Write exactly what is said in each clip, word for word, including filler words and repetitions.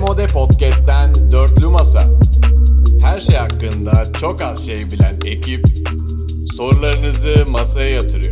Demode Podcast'ten Dörtlü Masa. Her şey hakkında çok az şey bilen ekip sorularınızı masaya yatırıyor.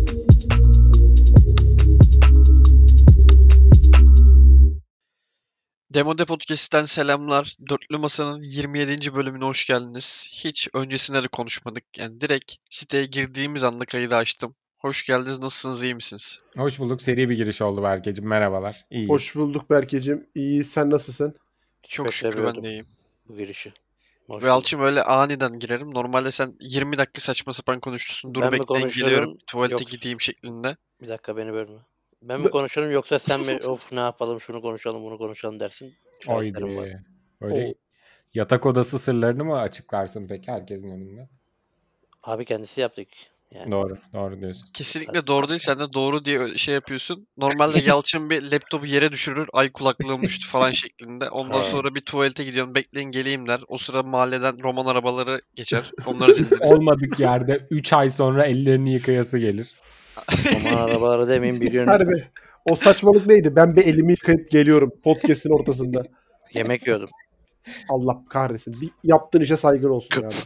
Demode Podcast'ten selamlar. Dörtlü Masa'nın yirmi yedinci bölümüne hoş geldiniz. Hiç öncesinde de konuşmadık. Yani direkt siteye girdiğimiz anda kaydı açtım. Hoş geldiniz. Nasılsınız? İyi misiniz? Hoş bulduk. Seri bir giriş oldu Berkeciğim. Merhabalar. İyiyiz. Hoş bulduk Berkeciğim. İyi, sen nasılsın? Çok şükür ben de iyiyim. Bu girişi. Hoş Ve Alçım öyle aniden girerim. Normalde sen yirmi dakika saçma sapan konuşursun. Dur Ben mi bekleyin konuşuyorum, geliyorum. Tuvalete yok- gideyim şeklinde. Bir dakika beni bölme. Ben mi konuşurum yoksa sen mi of ne yapalım şunu konuşalım bunu konuşalım dersin. Şahitlerim var. Oydi. Böyle Oo. yatak odası sırlarını mı açıklarsın peki herkesin önünde? Abi kendisi yaptık. Yani Doğru. Doğru diyorsun. Kesinlikle doğru değil. Sen de doğru diye şey yapıyorsun. Normalde Yalçın bir laptopu yere düşürür. Ay kulaklığım düştü falan şeklinde. Ondan Ha. sonra bir tuvalete gidiyorum. Bekleyin geleyim der. O sıra mahalleden roman arabaları geçer. Onları dinleriz. Olmadık yerde üç ay sonra ellerini yıkayası gelir. aman arabaları demeyin bir gün Harbi. O saçmalık neydi? Ben bir elimi yıkayıp geliyorum podcast'in ortasında. yemek yiyordum. Allah kahretsin. Bir yaptığın işe saygın olsun yani.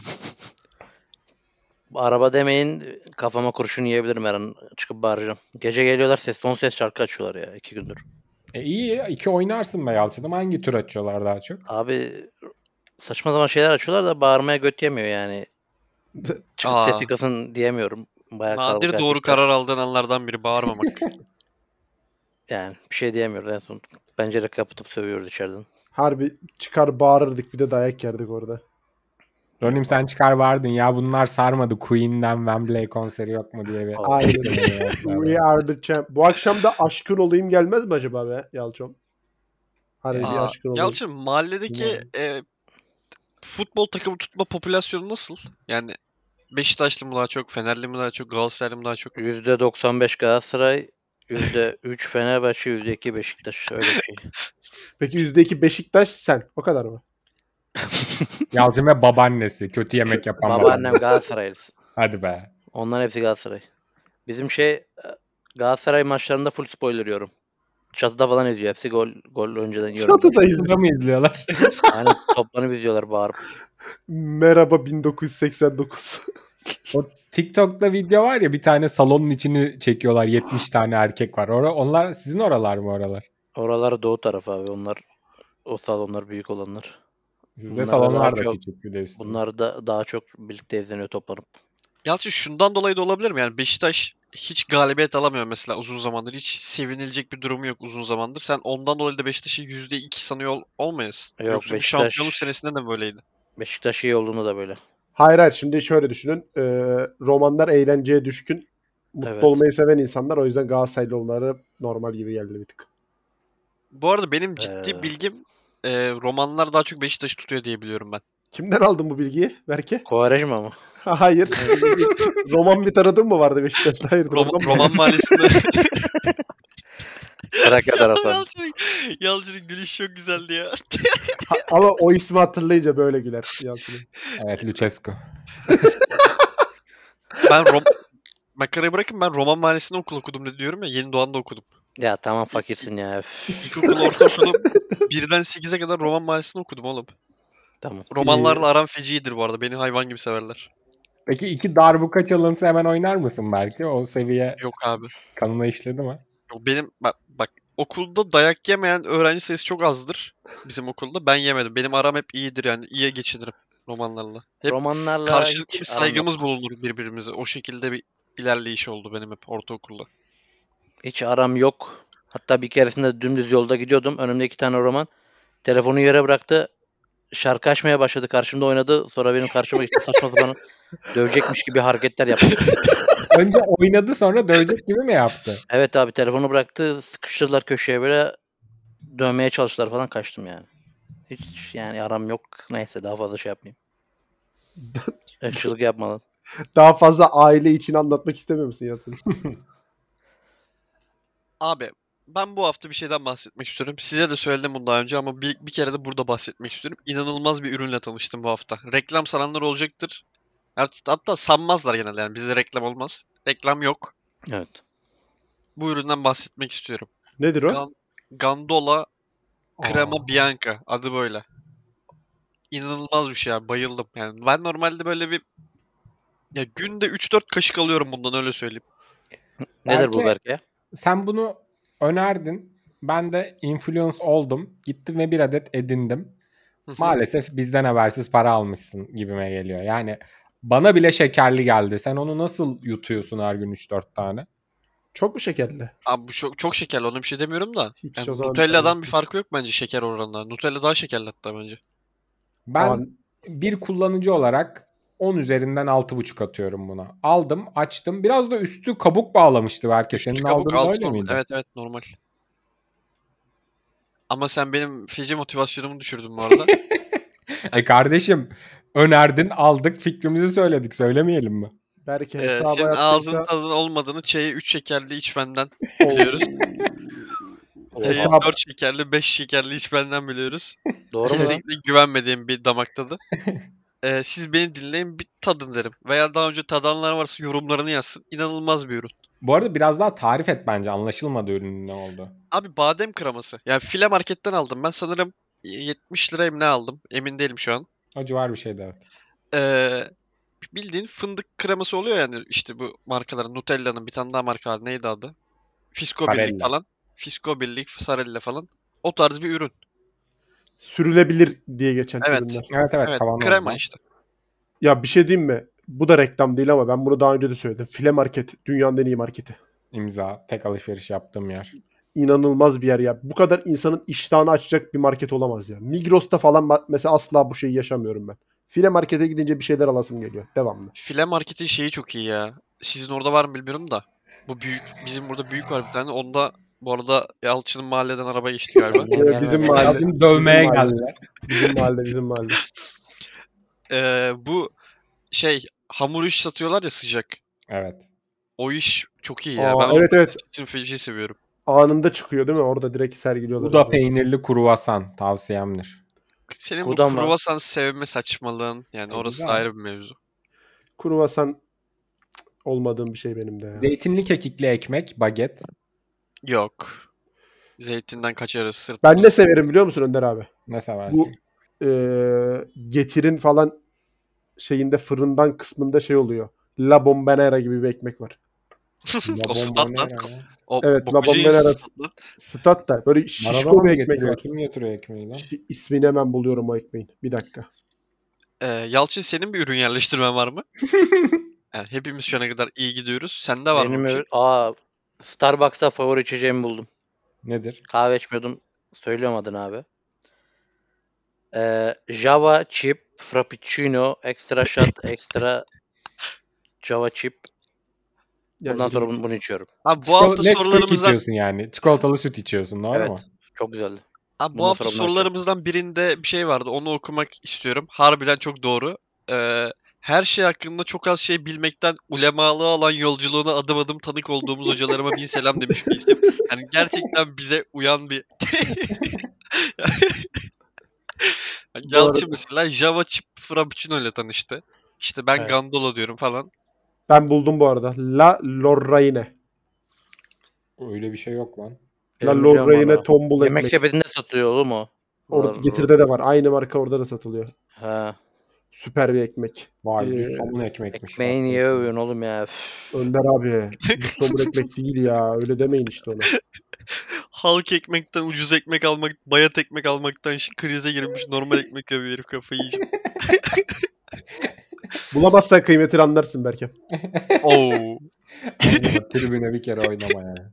Araba demeyin kafama kurşun yiyebilirim her an çıkıp bağıracağım. Gece geliyorlar ses ton ses şarkı açıyorlar ya iki gündür. E iyi ya. iki oynarsın be Yalçın'ım. Hangi tür açıyorlar daha çok? Abi saçma sapan şeyler açıyorlar da bağırmaya göt yemiyor yani. Çıkıp Aa. ses yıkasın diyemiyorum. Bayağı kalabalık Nadir doğru erkekler. karar aldığın anlardan biri bağırmamak. Yani bir şey diyemiyoruz en son. Pencere kapatıp sövüyoruz içeriden. Harbi çıkar bağırırdık, bir de dayak yerdik orada. Ronim sen çıkar vardın ya bunlar sarmadı. Queen'den Wembley konseri yok mu diye bir. Aynen. şey We are the champ. Bu akşam da aşkın olayım gelmez mi acaba be Yalçın? Harbi bir Aa, aşkın olayım. Yalçın mahalledeki e, futbol takımı tutma popülasyonu nasıl? Yani Beşiktaşlı mı daha çok, Fenerli mi daha çok, Galatasaraylı mı daha çok? yüzde doksan beş Galatasaray, yüzde üç Fenerbahçe, yüzde iki Beşiktaş. Öyle bir şey. Peki yüzde iki Beşiktaş sen. O kadar mı? Yalçın ve babaannesi. Kötü yemek yapan Babaannem babaanne. Galatasaraylısı. Hadi be. Onların hepsi Galatasaray. Bizim şey Galatasaray maçlarında full spoiler yiyorum. Çatıda falan izliyor. Hepsi gol gol önceden yiyorum. Çatıdayız. Burada mı izliyorlar? Yani toplanıp izliyorlar bağırıp. Merhaba bin dokuz yüz seksen dokuz. O TikTok'ta video var ya bir tane salonun içini çekiyorlar. yetmiş tane erkek var. Ora, onlar sizin oralar mı oralar? Oralar doğu tarafı abi. Onlar o salonlar büyük olanlar. Sizde Bunlar da salonlar daha da çok- küçük bir de üstüne. Bunlar da daha çok birlikte izleniyor toplanıp. Yalçın şundan dolayı da olabilir mi? Yani Beşiktaş hiç galibiyet alamıyor mesela uzun zamandır. Hiç sevinilecek bir durumu yok uzun zamandır. Sen ondan dolayı da Beşiktaş'ı yüzde iki sanıyor ol- olmayasın. Yok, Yoksa bu Beşiktaş- şampiyonluk senesinde de böyleydi. Beşiktaş iyi olduğunu da böyle. Hayır hayır, şimdi şöyle düşünün. Ee, romanlar eğlenceye düşkün. Mutlu Evet. olmayı seven insanlar, o yüzden Galatasaraylı olmaları normal gibi geldi bir tık. Bu arada benim ciddi Ee. bilgim e, romanlar daha çok Beşiktaş'ı tutuyor diye biliyorum ben. Kimden aldın bu bilgiyi Berke? Kovarejma mı? Hayır. Roman bir tanıdığın mı vardı Beşiktaş'ta? Hayır. Rom- Roman Mahallesi'nde. Trakya taraftan. Yalçın'ın, Yalçın'ın gülüş çok güzeldi ya. Ama o ismi hatırlayınca böyle güler Yalçın'ın. Evet Lucescu. Ben Rom Makarayı bırakın, ben Roman Mahallesi'nde okul okudum de diyorum ya, Yeni Doğan'da okudum. Ya tamam fakirsin ya. Üf. İlkokul, ortaokulum birden sekize kadar Roman Mahallesi'nde okudum oğlum. Tamam. Romanlarla aram fecidir bu arada. Beni hayvan gibi severler. Peki iki darbuka çalıntı hemen oynar mısın belki? O seviye Yok abi. kanına işledi mi? Yok, benim bak, bak okulda dayak yemeyen öğrenci sayısı çok azdır bizim okulda. Ben yemedim. Benim aram hep iyidir yani. İyiye geçinirim romanlarla. Hep Romanlarla karşılıklı hiç bir aram saygımız yok. bulunur birbirimize. O şekilde bir ilerleyiş oldu benim hep ortaokulda. Hiç aram yok. Hatta bir keresinde dümdüz yolda gidiyordum. Önümde iki tane roman. Telefonu yere bıraktı. Şarkı açmaya başladı. Karşımda oynadı. Sonra benim karşıma işte saçma sapan dövecekmiş gibi hareketler yaptı. Önce oynadı sonra dövecek gibi mi yaptı? Evet abi telefonu bıraktı. Sıkıştırdılar köşeye böyle. Dövmeye çalıştılar falan, kaçtım yani. Hiç yani aram yok. Neyse daha fazla şey yapmayayım. Irkçılık yapmadan. Daha fazla aile için anlatmak istemiyor musun Yalçın? Abi ben bu hafta bir şeyden bahsetmek istiyorum. Size de söyledim bunu daha önce ama bir, bir kere de burada bahsetmek istiyorum. İnanılmaz bir ürünle tanıştım bu hafta. Reklam sananlar olacaktır. Hatta, hatta sanmazlar genelde, yani bizde reklam olmaz. Reklam yok. Evet. Bu üründen bahsetmek istiyorum. Nedir o? Gan- Gandola Crema Aa. Bianca. Adı böyle. İnanılmaz bir şey ya. Bayıldım. Yani ben normalde böyle bir ya günde üç dört kaşık alıyorum bundan, öyle söyleyeyim. Nedir bu Berke, Berke? sen bunu önerdin. Ben de influence oldum. Gittim ve bir adet edindim. Hı hı. Maalesef bizden habersiz para almışsın gibime geliyor. Yani bana bile şekerli geldi. Sen onu nasıl yutuyorsun her gün üç dört tane? Çok mu şekerli? Abi bu çok, çok şekerli, ona bir şey demiyorum da. Hiç Yani o zaman Nutella'dan bir ben- farkı yok bence şeker oranında. Nutella daha şekerli hatta bence. Ben Aa, bir kullanıcı olarak on üzerinden altı buçuk atıyorum buna. Aldım, açtım. Biraz da üstü kabuk bağlamıştı belki. Üstü Senin kabuk, aldığın da altı öyle normal. miydi? Evet evet, normal. Ama sen benim feci motivasyonumu düşürdün bu arada. E kardeşim, önerdin, aldık, fikrimizi söyledik. Söylemeyelim mi? belki Ee, hesaba senin ağzının yaptıysa tadının olmadığını, çayı üç şekerli iç benden Oo. biliyoruz. Çayı Hesap- dört şekerli, beş şekerli iç benden biliyoruz. Doğru mu lan? Kesinlikle güvenmediğim bir damak tadı. Ee, siz beni dinleyin, bir tadın derim. Veya daha önce tadanlar varsa yorumlarını yazsın. İnanılmaz bir ürün. Bu arada biraz daha tarif et bence. Anlaşılmadı ürünün ne oldu. Abi badem kreması. Yani file marketten aldım. Ben sanırım yetmiş liraya mı ne aldım? Emin değilim şu an. O civar bir şeydi evet. Ee, bildiğin fındık kreması oluyor yani, işte bu markaların. Nutella'nın bir tane daha marka var. Neydi adı? Fisco Birlik Sarella. falan. Fisco Birlik, Sarella falan. O tarz bir ürün. sürülebilir diye geçen Evet. ürünler. Evet evet, Evet, kavanozda. krema işte. Ya bir şey diyeyim mi? Bu da reklam değil ama ben bunu daha önce de söyledim. File Market dünyanın en iyi marketi. İmza. Tek alışveriş yaptığım yer. İnanılmaz bir yer ya. Bu kadar insanın iştahını açacak bir market olamaz ya. Migros'ta falan ma- mesela asla bu şeyi yaşamıyorum ben. File Market'e gidince bir şeyler alasım geliyor. Devamlı. File marketin şeyi çok iyi ya. Sizin orada var mı bilmiyorum da. Bu büyük, bizim burada büyük var bir tane. Onda bu arada Yalçın'ın mahalleden araba geçti galiba. Benim Ee, gelmedi. bizim mahalle. Kadın dövmeye Bizim mahalle. geldiler. Bizim mahalle, bizim mahalle. Ee, bu şey hamur iş satıyorlar ya, sıcak. Evet. O iş çok iyi ya. Aa, Ben evet, o evet. sizin feci seviyorum. Anında çıkıyor değil mi? Orada direkt sergiliyorlar. Bu da zaten. peynirli kruvasan. Tavsiyemdir. Senin bu Gudam var. kruvasan sevme saçmalığın, yani E, orası güzel. ayrı bir mevzu. Kruvasan cık, olmadığım bir şey benim de ya. Zeytinli kekikli ekmek, baget. Yok. Zeytinden kaçarız Ben sırtımız. ne severim biliyor musun Önder abi? Ne Bu seversin? eee Getir'in falan şeyinde fırından kısmında şey oluyor. La Bombonera gibi bir ekmek var. La O stat lan. Bombonera ya. O Evet, La bokucu Bombonera stat lan. stat da böyle şişko Maradona bir mı ekmek getiriyor? var. Kim getiriyor ekmeği lan? Şi- İsmini hemen buluyorum o ekmeğin. Bir dakika. Ee, Yalçın, senin bir ürün yerleştirmen var mı? Yani hepimiz şu ana kadar iyi gidiyoruz. Sende var mı Benim bir şey? öyle... Aa, Starbucks'ta favori içeceğimi buldum. Nedir? Kahve içmiyordum. Söylüyorum adını abi. Ee, Java Chip Frappuccino Extra Shot Extra Java Chip. Yani Bundan sonra bir- bunu, bunu içiyorum. Abi bu hafta Nesquik sorularımızdan içiyorsun yani. Çikolatalı süt içiyorsun, doğru mu? Evet. Çok güzeldi. Abi bu Bundan hafta sonra bundan sorularımızdan birinde bir şey vardı. Onu okumak istiyorum. Harbiden çok doğru. Ee, her şey hakkında çok az şey bilmekten ulemalığı alan yolculuğuna adım adım tanık olduğumuz hocalarıma bin selam demiş bir isim. Yani gerçekten bize uyan bir... Yani Bu arada- Yalçın mesela Java Chip Frappuccino ile tanıştı. İşte ben Evet. Gondola diyorum falan. Ben buldum bu arada. La Lorraine. Öyle bir şey yok lan. La Benim biliyorum Lorraine onu. tombul Yemek ekmek. sepetinde satıyor oğlum o. Orada Lor- Getir'de de var. Aynı marka orada da satılıyor. Ha. Süper bir ekmek. Vay, Ee, düz somun ekmekmiş. Ekmeği Bak, niye bakayım. övüyorsun oğlum ya? Üf. Önder abi. Bu somun ekmek değil ya. Öyle demeyin işte ona. Halk ekmekten ucuz ekmek almak, bayat ekmek almaktan şi- krize girmiş normal ekmek övüyor herif, kafayı yiyeceğim. Bulamazsan kıymetini anlarsın Berkem. Oo. Oynama, tribüne bir kere oynama ya.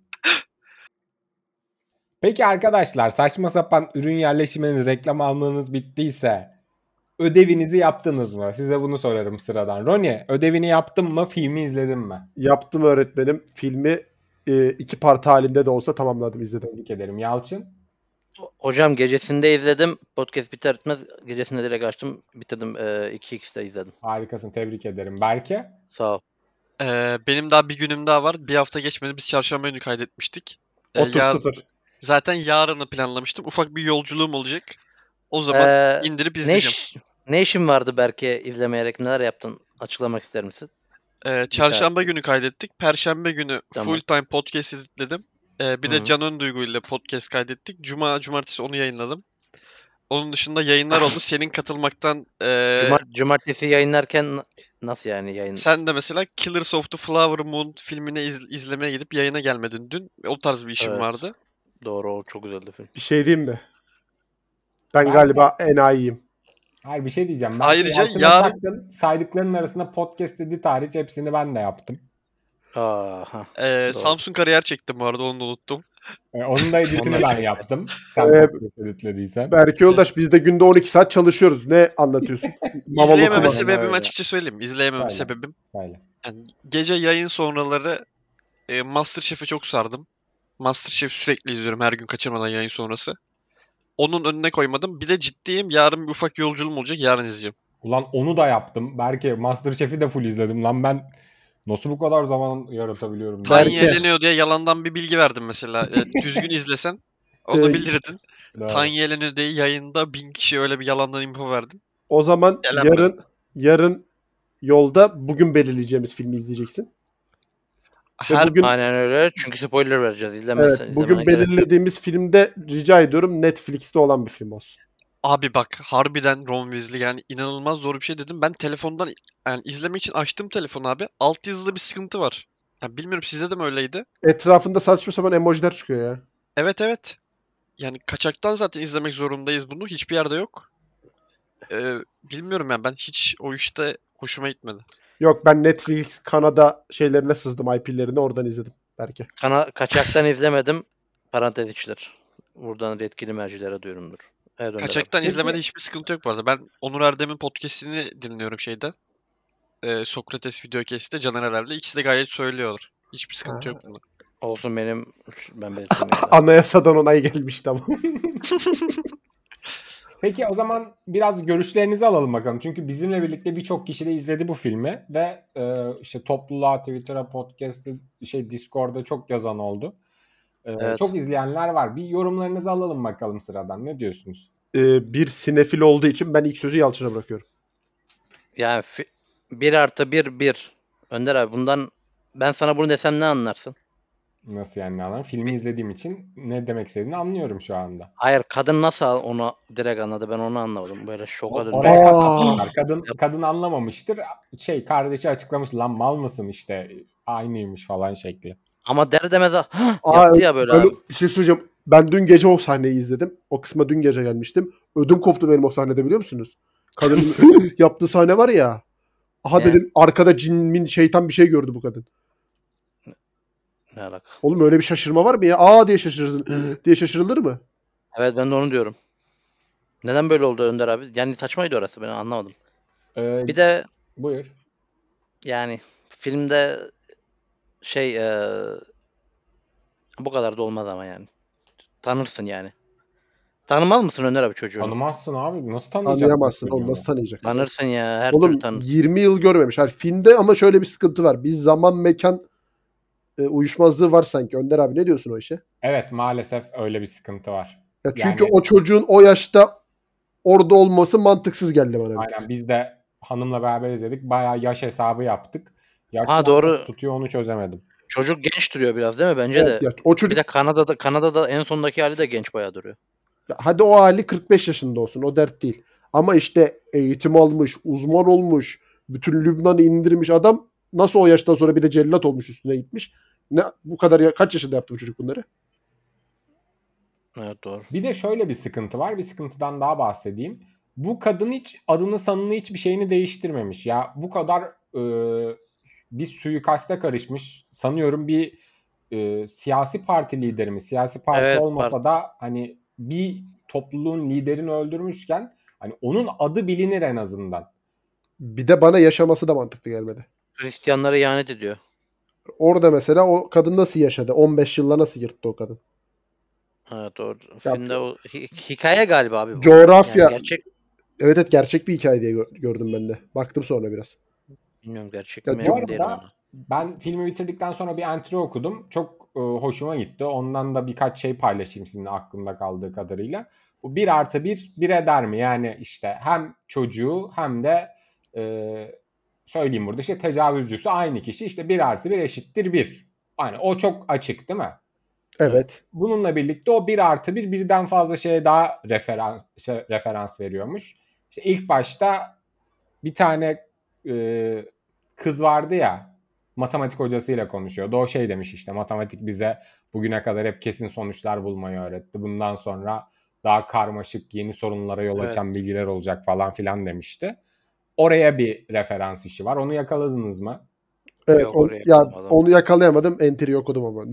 Peki arkadaşlar, saçma sapan ürün yerleşiminiz, reklam almanız bittiyse ödevinizi yaptınız mı? Size bunu sorarım sıradan. Roni, ödevini yaptın mı? Filmi izledin mi? Yaptım öğretmenim. Filmi e, iki part halinde de olsa tamamladım, izledim. Tebrik ederim. Yalçın? Hocam gecesinde izledim. Podcast biter bitmez gecesinde direkt açtım. Bitirdim. Ee, iki x'te izledim. Harikasın. Tebrik ederim. Berke? Sağ ol. Ee, benim daha bir günüm daha var. Bir hafta geçmedi. Biz çarşamba günü kaydetmiştik. Ee, Otur yar- sıfır. Zaten yarını planlamıştım. Ufak bir yolculuğum olacak. O zaman Ee, indirip ne, izleyeceğim. iş, ne işin vardı Berke izlemeyerek, neler yaptın? Açıklamak ister misin? Ee, çarşamba günü kaydettik. Perşembe günü Tamam. full time podcast editledim. Ee, bir Hı de hı. Can Önduygu ile podcast kaydettik. Cuma, cumartesi onu yayınladım. Onun dışında yayınlar oldu. Senin katılmaktan ee, Cumart cumartesi yayınlarken na- nasıl yani yayın? sen de mesela Killers of the Flower Moon filmini iz- izlemeye gidip yayına gelmedin dün. O tarz bir işim Evet. vardı. Doğru, o çok güzeldi film. Bir şey diyeyim mi? Ben Ben- galiba enayiyim. Hayır bir şey diyeceğim. Ben Ayrıca altına yarın- taktın. Saydıklarının arasında podcast edit hariç hepsini ben de yaptım. Aha. Ee, Doğru. Samsung kariyer çektim bu arada onu da unuttum. Ee, onun da editini Onlar ben çok- yaptım. Sen Ee, podcast editlediysen. Berke Yoldaş biz de günde on iki saat çalışıyoruz. Ne anlatıyorsun? Mamalı İzleyememe kuma. sebebimi öyle. açıkça söyleyeyim. İzleyememe Söyle. sebebim. Söyle. Yani gece yayın sonraları e, MasterChef'e çok sardım. MasterChef sürekli izliyorum her gün kaçırmadan yayın sonrası. Onun önüne koymadım. Bir de ciddiyim. Yarın bir ufak yolculuğum olacak. Yarın izleyeceğim. Ulan onu da yaptım. Belki MasterChef'i de full izledim. Lan ben nasıl bu kadar zaman yaratabiliyorum? Tanya Berke. eleniyor diye yalandan bir bilgi verdim mesela. E, düzgün izlesen onu Ee, bilirdin. Doğru. Tanya eleniyor diye yayında bin kişi öyle bir yalandan info verdin. O zaman Elenmedim. yarın yarın yolda bugün belirleyeceğimiz filmi izleyeceksin. Ve Her bugün Aynen öyle. Çünkü spoiler vereceğiz. İzlemezsen evet, bugün izlemene gerek yok. belirlediğimiz filmde rica ediyorum Netflix'te olan bir film olsun. Abi bak harbiden Ron Weasley yani inanılmaz zor bir şey dedim. Ben telefondan yani izlemek için açtım telefonu abi. Alt yazıda bir sıkıntı var. Ya bilmiyorum sizde de mi öyleydi? Etrafında saçma sapan emojiler çıkıyor ya. Evet evet. Yani kaçaktan zaten izlemek zorundayız bunu. Hiçbir yerde yok. Ee, bilmiyorum yani ben hiç o işte hoşuma gitmedi. Yok ben Netflix Kanada şeylerine sızdım I P'lerine oradan izledim belki. Kana kaçaktan izlemedim. Parantez içler. Buradan yetkili mercilere duyurumdur. Evet Önder abi. Kaçaktan Peki- izlemede hiçbir sıkıntı yok bu arada. Ben Onur Erdem'in podcast'ini dinliyorum şeyden. Ee, Sokrates Videocast'te Caner Erer'le. İkisi de gayet söylüyorlar. Hiçbir sıkıntı Ha. yok bunda. Olsun benim ben belirteyim yani. Anayasadan onay gelmişti ama. Peki o zaman biraz görüşlerinizi alalım bakalım. Çünkü bizimle birlikte birçok kişi de izledi bu filmi ve e, işte topluluğa, Twitter'a, podcast'ı, şey Discord'da çok yazan oldu. E, Evet. Çok izleyenler var. Bir yorumlarınızı alalım bakalım sıradan. Ne diyorsunuz? Ee, bir sinefil olduğu için ben ilk sözü Yalçın'a bırakıyorum. Yani fi- bir artı bir bir. Önder abi bundan ben sana bunu desem ne anlarsın? Nasıl yani anlam? Filmi izlediğim için ne demek istediğini anlıyorum şu anda. Hayır kadın nasıl onu direkt anladı ben onu anlamadım. Böyle şoka O- döndüm. Oraya Aa. katlatmışlar. Kadın kadın anlamamıştır. Şey kardeşi açıklamış lan mal mısın işte aynıymış falan şekli. Ama der demez ha, Aa, yaptı ya böyle öyle abi. bir şey söyleyeceğim. Ben dün gece o sahneyi izledim. O kısma dün gece gelmiştim. Ödüm koptu benim o sahnede biliyor musunuz? Kadının yaptığı sahne var ya. Aha Ne? dedim arkada cin min şeytan bir şey gördü bu kadın. Ne alaka? Oğlum öyle bir şaşırma var mı ya? Aa diye şaşırırsın. diye şaşırılır mı? Evet ben de onu diyorum. Neden böyle oldu Önder abi? Yani saçmaydı orası ben anlamadım. Ee, Bir de buyur. yani filmde şey eee, bu kadar da olmaz ama yani. Tanırsın yani. Tanımaz mısın Önder abi çocuğunu? Tanımazsın abi. Nasıl tanıyacaksın? Tanıyamazsın. Onu çocuğunu? nasıl tanıyacak? Tanırsın ya her Oğlum türlü tanırsın. yirmi yıl görmemiş. Hani filmde ama şöyle bir sıkıntı var. Bir zaman mekan e, uyuşmazlığı var sanki. Önder abi ne diyorsun o işe? Evet maalesef öyle bir sıkıntı var. Ya çünkü Yani- o çocuğun o yaşta orada olması mantıksız geldi bana. bir tık. Aynen biz de hanımla beraber izledik. Bayağı yaş hesabı yaptık. Yaş Ha, nerede doğru. tutuyor onu çözemedim. Çocuk genç duruyor biraz değil mi? Bence Evet, de. ya o Bir çocuk de Kanada'da Kanada'da en sondaki hali de genç bayağı duruyor. ya hadi o hali kırk beş yaşında olsun. O dert değil. Ama işte eğitim almış, uzman olmuş, bütün Lübnan'ı indirmiş adam nasıl o yaştan sonra bir de cellat olmuş üstüne gitmiş. Ne bu kadar ya, kaç yaşında yaptı bu çocuk bunları? Evet doğru. Bir de şöyle bir sıkıntı var. Bir sıkıntıdan daha bahsedeyim. Bu kadın hiç adını sanını hiçbir şeyini değiştirmemiş. Ya bu kadar e, bir suikaste karışmış. Sanıyorum bir e, siyasi parti lideri mi? Siyasi parti Evet, olmasa part- da hani bir topluluğun liderini öldürmüşken hani onun adı bilinir en azından. Bir de bana yaşaması da mantıklı gelmedi. Hristiyanlara ihanet ediyor. Orada mesela o kadın nasıl yaşadı? on beş yılla nasıl yırttı o kadın? Evet doğru. Ya- Filmde o hi- hikaye galiba abi bu. Coğrafya. Yani gerçek Evet evet gerçek bir hikaye diye gör- gördüm ben de. Baktım sonra biraz. bilmiyorum gerçek Ya mi bu emin değilim arada- ama. Ben filmi bitirdikten sonra bir entry okudum. Çok e, hoşuma gitti. Ondan da birkaç şey paylaşayım sizinle aklımda kaldığı kadarıyla. Bu bir artı bir bir eder mi? Yani işte hem çocuğu hem de e, söyleyeyim burada işte tecavüzcüsü aynı kişi. İşte bir artı bir eşittir bir. Yani o çok açık değil mi? Evet. Bununla birlikte o bir artı bir birden fazla şeye daha referans, şey, referans veriyormuş. İşte ilk başta bir tane e, kız vardı ya, matematik hocasıyla konuşuyordu. O şey demiş, işte matematik bize bugüne kadar hep kesin sonuçlar bulmayı öğretti. Bundan sonra daha karmaşık, yeni sorunlara yol Evet. açan bilgiler olacak falan filan demişti. Oraya bir referans işi var. Onu yakaladınız mı? Evet. Yok, on- oraya ya yakalamadım. onu yakalayamadım. Enter'i okudum ama.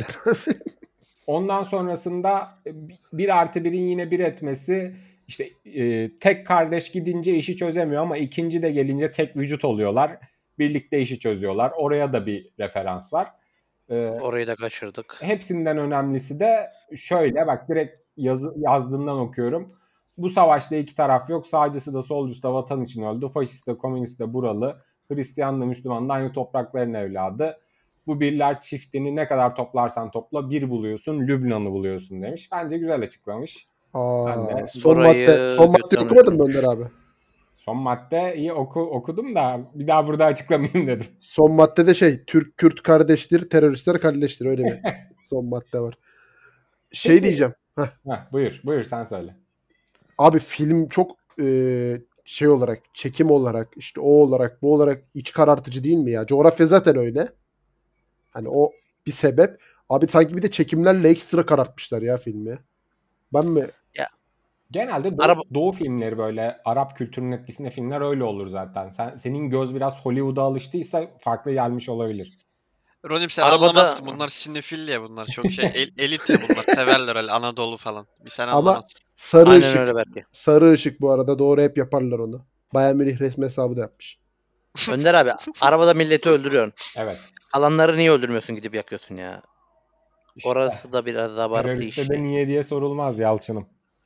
Ondan sonrasında bir artı birin yine bir etmesi, işte e, tek kardeş gidince işi çözemiyor ama ikinci de gelince tek vücut oluyorlar. Birlikte işi çözüyorlar. Oraya da bir referans var. E, Orayı da kaçırdık. hepsinden önemlisi de şöyle, bak direkt yazı, yazdığımdan okuyorum. Bu savaşta iki taraf yok. Sağcısı da solcusu da vatan için öldü. Faşist de komünist de buralı. Hristiyan da Müslüman da aynı toprakların evladı. Bu birler çiftini ne kadar toplarsan topla bir buluyorsun, Lübnan'ı buluyorsun demiş. Bence güzel açıklamış. Ben Aa, de son Burayı madde. Son madde götten okumadın mı uçurmuş. Önder abi? son madde iyi oku, okudum da bir daha burada açıklamayayım dedim. Son maddede şey Türk-Kürt kardeştir, teröristler kardeştir. Öyle bir son madde var. Şey Peki. diyeceğim. Heh. Heh, buyur, buyur sen söyle. Abi film çok e, şey olarak, çekim olarak, işte o olarak, bu olarak iç karartıcı değil mi ya? Coğrafya zaten öyle. Hani o bir sebep. Abi sanki bir de çekimlerle ekstra karartmışlar ya filmi. Ben mi? Genelde Doğu, Araba Doğu filmleri, böyle Arap kültürünün etkisinde filmler öyle olur zaten. Sen, senin göz biraz Hollywood'a alıştıysa farklı gelmiş olabilir. Ronim sen arabada anlamazsın. Bunlar sinefil ya bunlar. Çok şey el- elit ya bunlar. Severler öyle Anadolu falan. Bir sen Ama anlamazsın. sarı aynen ışık. öyle belki. Sarı ışık bu arada. Doğru, hep yaparlar onu. Bayern Münih resmi hesabı da yapmış. Önder abi arabada milleti öldürüyorsun. Evet. Kalanları niye öldürmüyorsun, gidip yakıyorsun ya? İşte Orası da biraz abartı teröriste işi. de niye diye sorulmaz Yalçın'ım.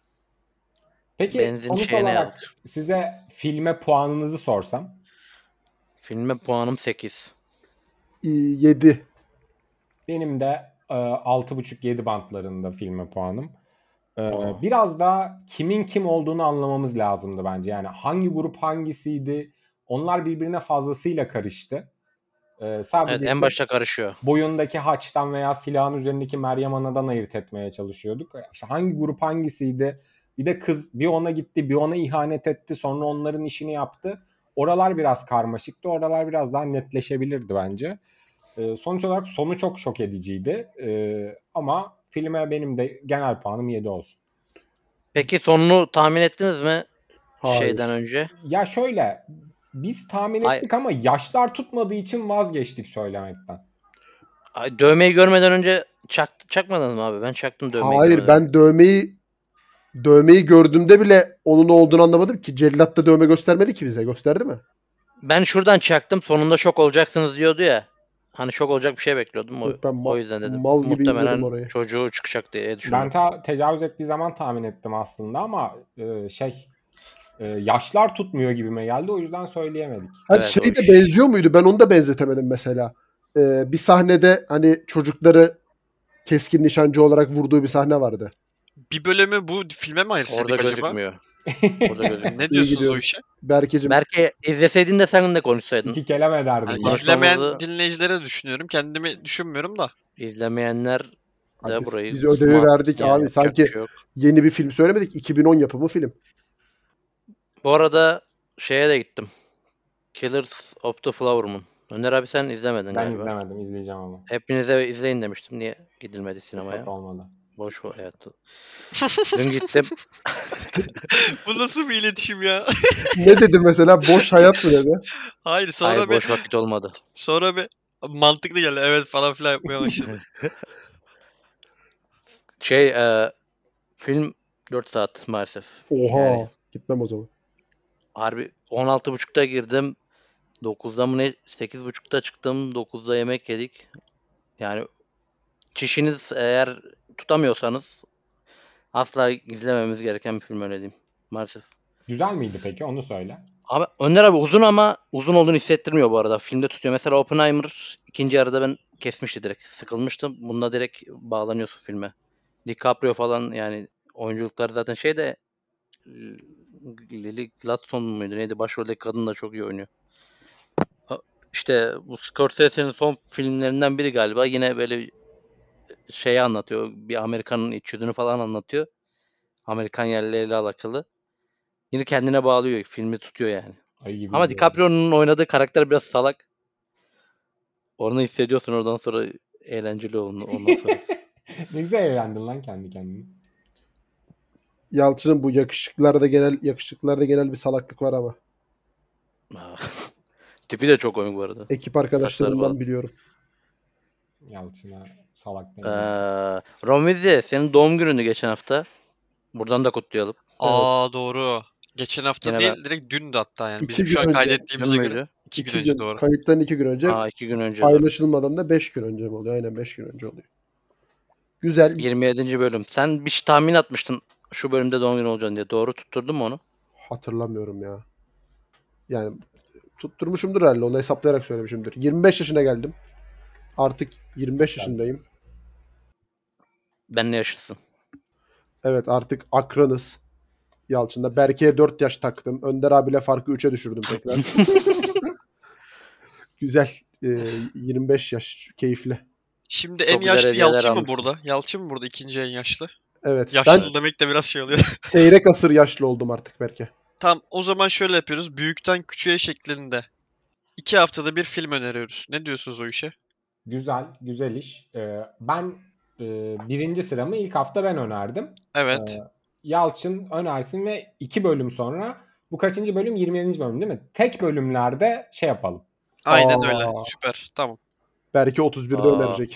Peki Benzin sonuç şeyine olarak yazık. size filme puanınızı sorsam? Filme puanım sekiz. yedi. Benim de e, altı buçuk yedi bantlarında filme puanım. E, Aa. biraz da kimin kim olduğunu anlamamız lazımdı bence. Yani hangi grup hangisiydi? Onlar birbirine fazlasıyla karıştı. E, Evet, sadece en başta karışıyor. boyundaki haçtan veya silahın üzerindeki Meryem Ana'dan ayırt etmeye çalışıyorduk. İşte hangi grup hangisiydi? Bir de kız bir ona gitti, bir ona ihanet etti, sonra onların işini yaptı. Oralar biraz karmaşıktı. Oralar biraz daha netleşebilirdi bence. Ee, sonuç olarak sonu çok şok ediciydi. Ee, ama filme benim de genel puanım yedi olsun. Peki sonunu tahmin ettiniz mi şeyden Hayır. önce? Ya şöyle, biz tahmin Ay, ettik ama yaşlar tutmadığı için vazgeçtik söylemekten. ay, dövmeyi görmeden önce çak, çakmadınız mı abi? Ben çaktım dövmeyi Hayır, görmeden önce. ben dövmeyi dövmeyi gördüğümde bile onun olduğunu anlamadım ki. Cellat da dövme göstermedi ki bize. Gösterdi mi? Ben şuradan çaktım, sonunda şok olacaksınız diyordu ya. Hani şok olacak bir şey bekliyordum. O, Yok, ben o ma- yüzden dedim. mal gibi izledim Muhtemelen orayı. çocuğu çıkacak diye Ben düşündüm. ta tecavüz ettiği zaman tahmin ettim aslında ama e, şey e, yaşlar tutmuyor gibime geldi, o yüzden söyleyemedik. Hani Evet, şey o de iş. benziyor muydu? Ben onu da benzetemedim mesela. Ee, bir sahnede hani çocukları keskin nişancı olarak vurduğu bir sahne vardı. Bir bölümü bu filme mi ayırsaydık Orada acaba? gözükmüyor. Orada gözükmüyor. Ne İyi diyorsunuz o gidiyoruz. işe? Berkeciğim, Belki izleseydin de sen de konuşsaydın. İki kelam ederdim Hani bak. Konuş- izlemeyen Konuşmamızı- dinleyicilere düşünüyorum. Kendimi düşünmüyorum da. İzlemeyenler de abi burayı biz ödevi kusma verdik haklısın yani, abi. yapacak bir Sanki şey yok. yeni bir film söylemedik. iki bin on yapımı film. Bu arada şeye de gittim. Killers of the Flower Moon. Önder abi sen izlemedin Ben galiba. izlemedim, izleyeceğim ama. Hepinize izleyin demiştim. Niye gidilmedi Fırsat sinemaya? olmadı. Boş o evet. Dün gittim. Bu nasıl bir iletişim ya? Ne dedi mesela? Boş hayat mı dedi? Hayır sonra Hayır, bir boş vakit olmadı. sonra bir mantıklı geldi. Evet falan filan yapmaya başladı. Şey e, film dört saat maalesef. Oha. Yani Gitmem o zaman. harbi on altı buçukta girdim. dokuzda mı ne? sekiz buçukta çıktım. dokuzda yemek yedik. Yani çişiniz eğer tutamıyorsanız asla izlememiz gereken bir film, öyle diyeyim. Maalesef. Güzel miydi peki, onu söyle. Abi Önder abi uzun ama uzun olduğunu hissettirmiyor bu arada. Filmde tutuyor. Mesela Oppenheimer ikinci yarıda ben kesmişti direkt. Sıkılmıştım. Bunda direkt bağlanıyorsun filme. DiCaprio falan, yani oyunculukları zaten şey de Lily Gladstone muydu neydi? Başroldeki kadın da çok iyi oynuyor. Ha, İşte bu Scorsese'nin son filmlerinden biri galiba. Yine böyle şeyi anlatıyor. Bir Amerikan'ın içgüdünü falan anlatıyor. Amerikan yerlileriyle alakalı. Yine kendine bağlıyor. Filmi tutuyor yani. Ayı gibi Ama izliyorum. DiCaprio'nun oynadığı karakter biraz salak. Onu hissediyorsun oradan sonra eğlenceli onun, ondan sonrası. Ne güzel eğlendin lan kendi kendine. Yalçın'ın bu yakışıklarda genel yakışıklarda genel bir salaklık var ama. Ah. Tipi de çok komik bu arada. Ekip Saçları arkadaşlarımdan falan. biliyorum. Yalçın'a salak Ee, demeyin. Romizi senin doğum günündü geçen hafta. Buradan da kutlayalım. Aa doğru. Geçen hafta Yine değil ben direkt dündü hatta yani. İki Bizim gün şu an önce. dün kaydettiğimize göre müydü? iki gün İki önce gün, doğru. kayıttan iki gün önce. Aa iki gün önce doğru. Paylaşılmadan da beş gün önce mi oluyor? Aynen beş gün önce oluyor. Güzel. yirmi yedinci bölüm. Sen bir şey tahmin atmıştın şu bölümde doğum günü olacaksın diye. Doğru tutturdun mu onu? Hatırlamıyorum ya. Yani tutturmuşumdur herhalde. Onu hesaplayarak söylemişimdir. yirmi beş yaşına geldim. Artık yirmi beş yaşındayım. Benle yaşıtsın. Evet artık akranız. Yalçın'da. Berke'ye dört yaş taktım. Önder abiyle farkı üçe düşürdüm tekrar. Güzel. Ee, yirmi beş yaş. Keyifli. Şimdi Çok en güzel yaşlı hediyeler Yalçın mı almışsın. burada? Yalçın mı burada ikinci en yaşlı? Evet. Yaşlı demek de biraz şey oluyor. Ben çeyrek asır yaşlı oldum artık Berke. Tamam o zaman şöyle yapıyoruz. Büyükten küçüğe şeklinde. İki haftada bir film öneriyoruz. Ne diyorsunuz o işe? Güzel, güzel iş. Ee, ben e, birinci sıramı ilk hafta ben önerdim. Evet. Ee, Yalçın önersin ve iki bölüm sonra bu kaçıncı bölüm? yirmi yedinci bölüm değil mi? Tek bölümlerde şey yapalım. Aynen Aa. öyle. Süper. Tamam. Berke otuz birde Aa. önerecek.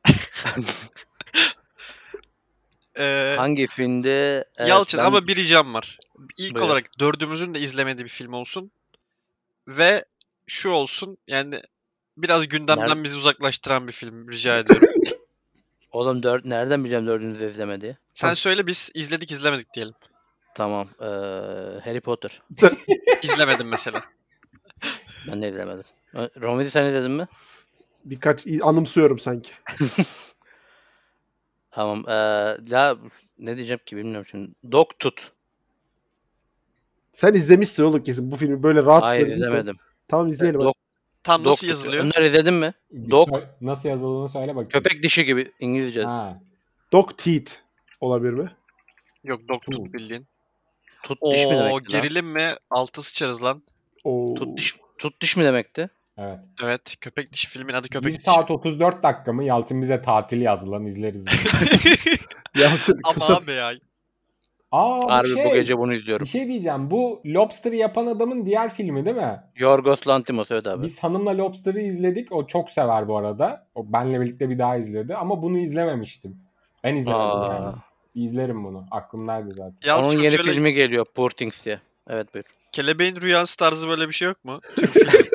Ee, Hangi filmdi? Evet, Yalçın ben- ama bir ricam var. İlk Buyur. olarak dördümüzün de izlemediği bir film olsun. Ve şu olsun yani biraz gündemden Nerede- bizi uzaklaştıran bir film rica ediyorum. Oğlum dört, nereden bileceğim dördüncü de izlemedi? Sen söyle biz izledik izlemedik diyelim. Tamam. Ee, Harry Potter. İzlemedim mesela. Ben de izlemedim. Ö- Romizi sen izledin mi? Birkaç anımsıyorum sanki. Tamam. Ee, ya ne diyeceğim ki bilmiyorum şimdi. Dog Tut. Sen izlemişsin oğlum kesin. Bu filmi böyle rahat Hayır verdiysen- izlemedim. Tamam izleyelim. Dog, Tam Dog nasıl Tut. yazılıyor? Önder izledin mi? Bir Dog. sö- Nasıl yazıldığını söyle bakayım. Köpek dişi gibi İngilizce. Ha, Dog Teeth olabilir mi? Yok Doktor Tut. bildiğin. Tut diş mi Oo demekti lan? gerilim mi? Altı sıçarız lan. Oo. Tut diş, tut diş mi demekti? evet. Evet köpek dişi filmin adı köpek bir dişi. saat otuz dört dakika mı? Yalçın bize tatil yaz lan izleriz. Yalçın Ama kısa. abi ya. Aa bu Harbi şey. bu gece bunu Bir izliyorum. şey diyeceğim. Bu Lobster'ı yapan adamın diğer filmi değil mi? Yorgos Lanthimos evet abi. Biz hanımla Lobster'ı izledik. O çok sever bu arada. O benle birlikte bir daha izledi. Ama bunu izlememiştim. Ben izlemedim Aa. yani. Bir izlerim bunu. Aklımdaydı zaten. Yalçın Onun yeni şöyle filmi geliyor. Poor Things diye. Evet buyur. Kelebeğin Rüyası tarzı böyle bir şey yok mu? Türk filmi.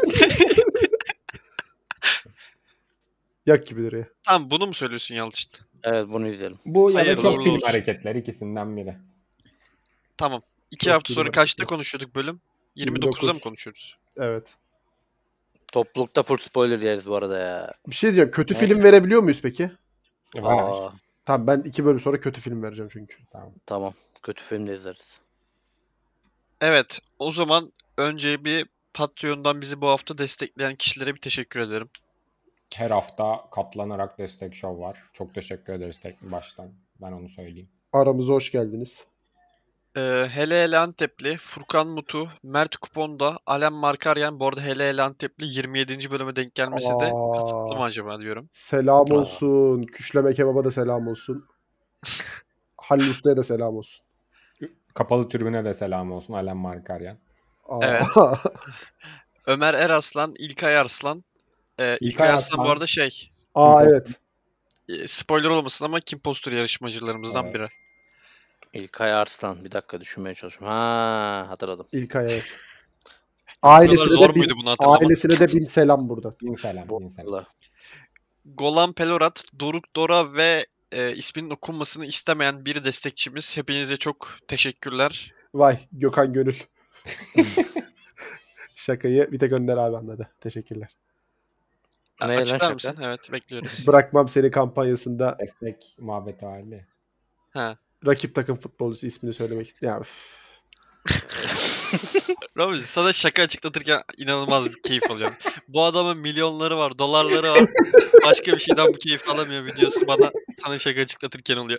Yak gibidir ya. Tamam bunu mu söylüyorsun Yalçın? Evet bunu izleyelim. Bu ya da Hayırlı çok uğurlu film olsun. hareketleri ikisinden biri. Tamam. İki Çok hafta iyi sonra bir kaçta hareket. konuşuyorduk bölüm? yirmi yirmi dokuzda mı dokuz. konuşuyoruz? Evet. Toplulukta full spoiler yeriz bu arada ya. Bir şey diyeceğim. Kötü Evet. film verebiliyor muyuz peki? Var. Aa, Tamam ben iki bölüm sonra kötü film vereceğim çünkü. Tamam. tamam. Kötü film de izleriz. Evet. O zaman önce bir Patreon'dan bizi bu hafta destekleyen kişilere bir teşekkür ederim. Her hafta katlanarak destek show var. Çok teşekkür ederiz tek baştan. Ben onu söyleyeyim. Aramıza hoş geldiniz. Ee, hele hele Antepli, Furkan Mutu, Mert Kuponda, Alem Markaryan. Bu arada hele hele Antepli yirmi yedinci bölüme denk gelmesi de Aa. kasıtlı mı acaba diyorum. Selam Aa. olsun. Küşleme kebaba da selam olsun. Halil Usta'ya da selam olsun. Kapalı tribüne de selam olsun Alem Markaryan. Aa. Evet. Ömer Eraslan, İlkay Arslan. Ee, İlkay, İlkay Arslan bu Arslan. arada şey, Aa Kim evet. e, spoiler olmasın ama Kim Postur yarışmacılarımızdan Evet. biri. İlkay Arslan. Bir dakika düşünmeye çalışıyorum. Ha hatırladım. İlkay evet. Bu kadar Ailesine zor de bin, muydu bunu hatırlamak? ailesine de bin selam buradan. Bin selam, bin selam. Allah. Golan Pelorat, Doruk Dora ve e, isminin okunmasını istemeyen bir destekçimiz. Hepinize çok teşekkürler. Vay Gökhan Gönül. Şakayı bir tek Önder abi anladı. Teşekkürler. A- Ne lan Açıklar şaka? mısın? Evet bekliyoruz. Bırakmam seni kampanyasında Destek muhabbeti vardı ya. Ha. rakip takım futbolcusu ismini söylemek istiyorum. Ya, üf. Ramiz sana şaka açıklatırken inanılmaz bir keyif alıyorum. Bu adamın milyonları var, dolarları var. Başka bir şeyden bu keyif alamıyor videosu bana sana şaka açıklatırken oluyor.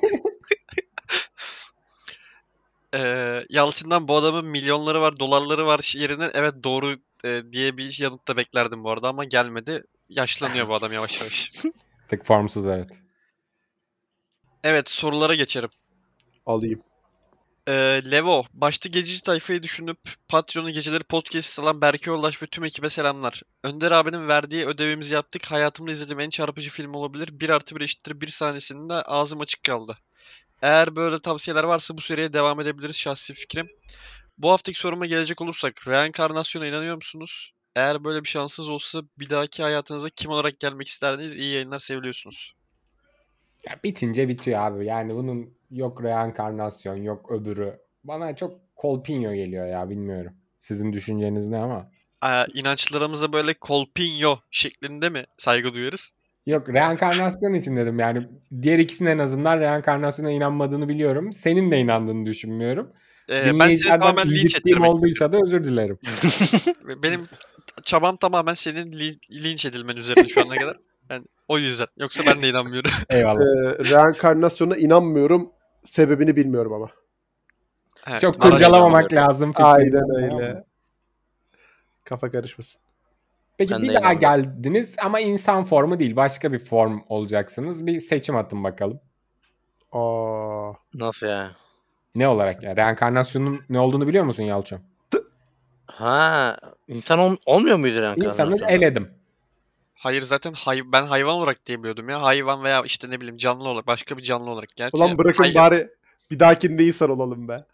Ee, Yalçın'dan bu adamın milyonları var, dolarları var yerine evet doğru e, diye bir yanıt da beklerdim bu arada ama gelmedi. Yaşlanıyor bu adam yavaş yavaş. Tık formsuz evet. Evet sorulara geçerim. Alayım. Ee, Levo, başta gececi tayfayı düşünüp Patreon'u geceleri podcast alan Berke Yoldaş ve tüm ekibe selamlar. Önder abinin verdiği ödevimizi yaptık. Hayatımda izlediğim en çarpıcı film olabilir. bir artı bir eşittir bir sahnesinde ağzım açık kaldı. Eğer böyle tavsiyeler varsa bu seriye devam edebiliriz şahsi fikrim. Bu haftaki soruma gelecek olursak, reenkarnasyona inanıyor musunuz? Eğer böyle bir şansınız olsa bir dahaki hayatınıza kim olarak gelmek isterdiniz? İyi yayınlar, seviliyorsunuz. Ya bitince bitiyor abi. Yani bunun yok reenkarnasyon, yok öbürü. Bana çok kolpinyo geliyor ya, bilmiyorum. Sizin düşünceniz ne ama. Ee, inançlarımıza böyle kolpinyo şeklinde mi saygı duyarız? Yok, reenkarnasyon için dedim yani. Diğer ikisinin en azından reenkarnasyona inanmadığını biliyorum. Senin de inandığını düşünmüyorum. Ee, ben seni Dinleyicilerden tamamen linç incittiğim ettirmek olduysa da özür dilerim. Ve Benim çabam tamamen senin li- linç edilmen üzerine şu ana kadar. Yani o yüzden. Yoksa ben de inanmıyorum. Eyvallah. Ee, reenkarnasyona inanmıyorum. Sebebini bilmiyorum ama. He, Çok araştırma kurcalamamak yapıyorum. lazım. fikrini, Aynen tamam mı? öyle. Kafa karışmasın. Peki Ben bir de daha inanmıyorum. geldiniz ama insan formu değil, başka bir form olacaksınız. Bir seçim atın bakalım. Aa, Nasıl ya? Ne olarak ya? Reenkarnasyonun ne olduğunu biliyor musun Yalçın? Ha, insan ol- olmuyor muydu İnsanı reenkarnasyonda? eledim. Hayır zaten hay ben hayvan olarak diye biliyordum ya. Hayvan veya işte ne bileyim canlı olarak. Başka bir canlı olarak. Gerçi ulan bırakın hay- bari bir dahakinde insan olalım be.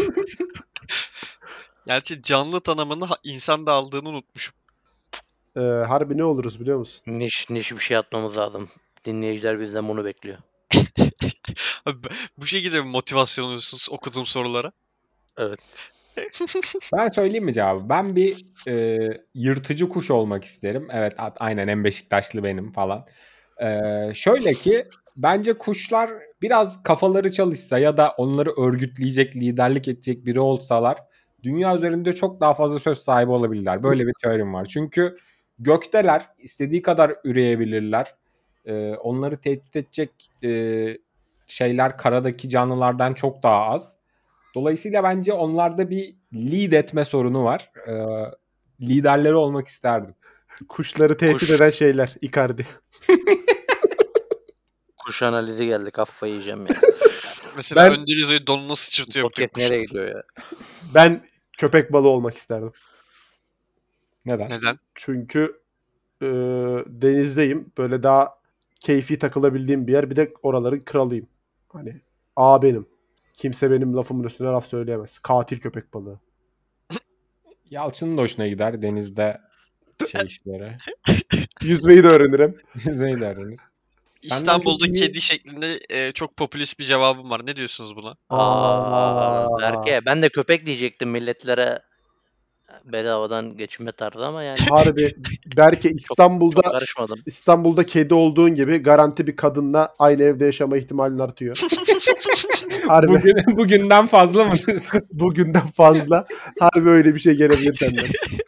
Gerçi canlı tanımını ha- insan da aldığını unutmuşum. Ee, harbi ne oluruz biliyor musun? Niş niş bir şey atmamız lazım. Dinleyiciler bizden bunu bekliyor. Abi, Bu şekilde mi motivasyon oluyorsunuz okuduğum sorulara? Evet. Ben söyleyeyim mi cevabı? Ben bir e, yırtıcı kuş olmak isterim. Evet, a- aynen, en Beşiktaşlı benim falan. E, şöyle ki bence kuşlar biraz kafaları çalışsa ya da onları örgütleyecek, liderlik edecek biri olsalar dünya üzerinde çok daha fazla söz sahibi olabilirler. Böyle bir teorim var. Çünkü gökteler, istediği kadar üreyebilirler. E, onları tehdit edecek e, şeyler karadaki canlılardan çok daha az. Dolayısıyla bence onlarda bir lead etme sorunu var. Ee, liderleri olmak isterdim. Kuşları tehdit Kuş. eden şeyler. Icardi. Kuş analizi geldi. Kafayı yiyeceğim ya. Mesela Ben- Önder İzo'yu donuna sıçırtıyor bütün Podcast kuşlar. nereye gidiyor ya? Ben köpek balığı olmak isterdim. Neden? Neden? Çünkü e, denizdeyim. Böyle daha keyfi takılabildiğim bir yer. Bir de oraların kralıyım. Hani A benim. Kimse benim lafımın üstüne laf söyleyemez. Katil köpek balığı. Yalçın'ın da hoşuna gider denizde şey işleri. Yüzmeyi de öğrenirim. Yüzeyi de öğrenir. Senden İstanbul'da çok iyi- kedi şeklinde e, çok popülist bir cevabım var. Ne diyorsunuz buna? Aa, Aa. Berke ben de köpek diyecektim milletlere bedavadan geçinme tarzı ama yani Harbi Berke çok İstanbul'da karışmadım. İstanbul'da kedi olduğun gibi garanti bir kadınla aynı evde yaşama ihtimalin artıyor. Harbi Bugün, bugünden fazla mı? bugünden fazla harbi öyle bir şey gelebilir senden.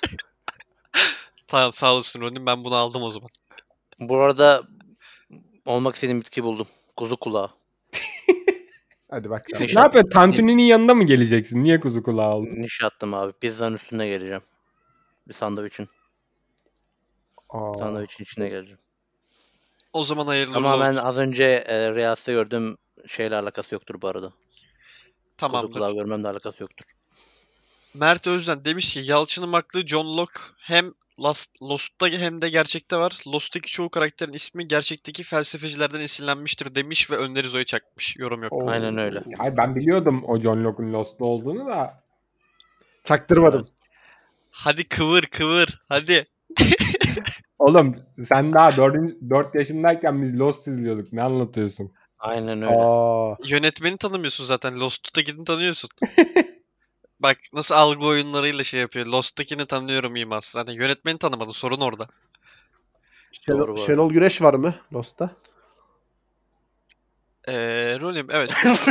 Tamam sağ olasın Ronin ben bunu aldım o zaman. Bu arada olmak istediğim bitki buldum. Kuzu kulağı. Hadi bak. Ne ne şey- yapıyor? Tantuni'nin yanında mı geleceksin? Niye kuzu kulağı aldın? Niş attım abi. Pizzanın üstüne geleceğim. Bir sandviçin. Aa, Sandviçin içine geleceğim. O zaman hayırlı uğurlu Tamamen olsun. az önce e, Reels'te gördüğüm şeyle alakası yoktur bu arada. Kuzu Tamamdır. kulağı görmemle alakası yoktur. Mert Özden demiş ki Yalçın'ın aklı John Locke hem Lost, Lost'ta hem de gerçekte var. Lost'taki çoğu karakterin ismi gerçekteki felsefecilerden esinlenmiştir demiş ve Önder İzo'ya çakmış. Yorum yok. oo. Aynen öyle. Hayır, ben biliyordum o John Locke'un Lost'ta olduğunu da. Çaktırmadım. Hadi kıvır kıvır hadi. Oğlum sen daha dört yaşındayken biz Lost izliyorduk. Ne anlatıyorsun? Aynen öyle. Aa, Yönetmeni tanımıyorsun zaten. Lost'takini tanıyorsun. Bak nasıl algı oyunlarıyla şey yapıyor. Lost'takini tanıyorum iması. Zaten yönetmeni tanımadı. Sorun orada. Şenol, Doğru bu arada. Şenol Güneş var mı Lost'ta? Eee rolüm evet.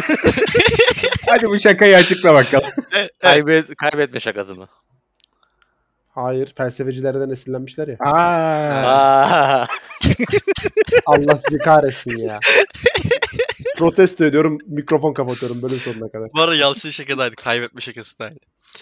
Hadi bu şakayı açıkla bakalım. E, evet. Kaybet, kaybetme şakası mı? Hayır, felsefecilerden esinlenmişler ya. Aa, Aa, Allah sizi kahretsin ya. Protesto ediyorum, mikrofon kapatıyorum bölüm sonuna kadar. Bu arada Yalçın şakadaydı. Kaybetme şakasındaydı.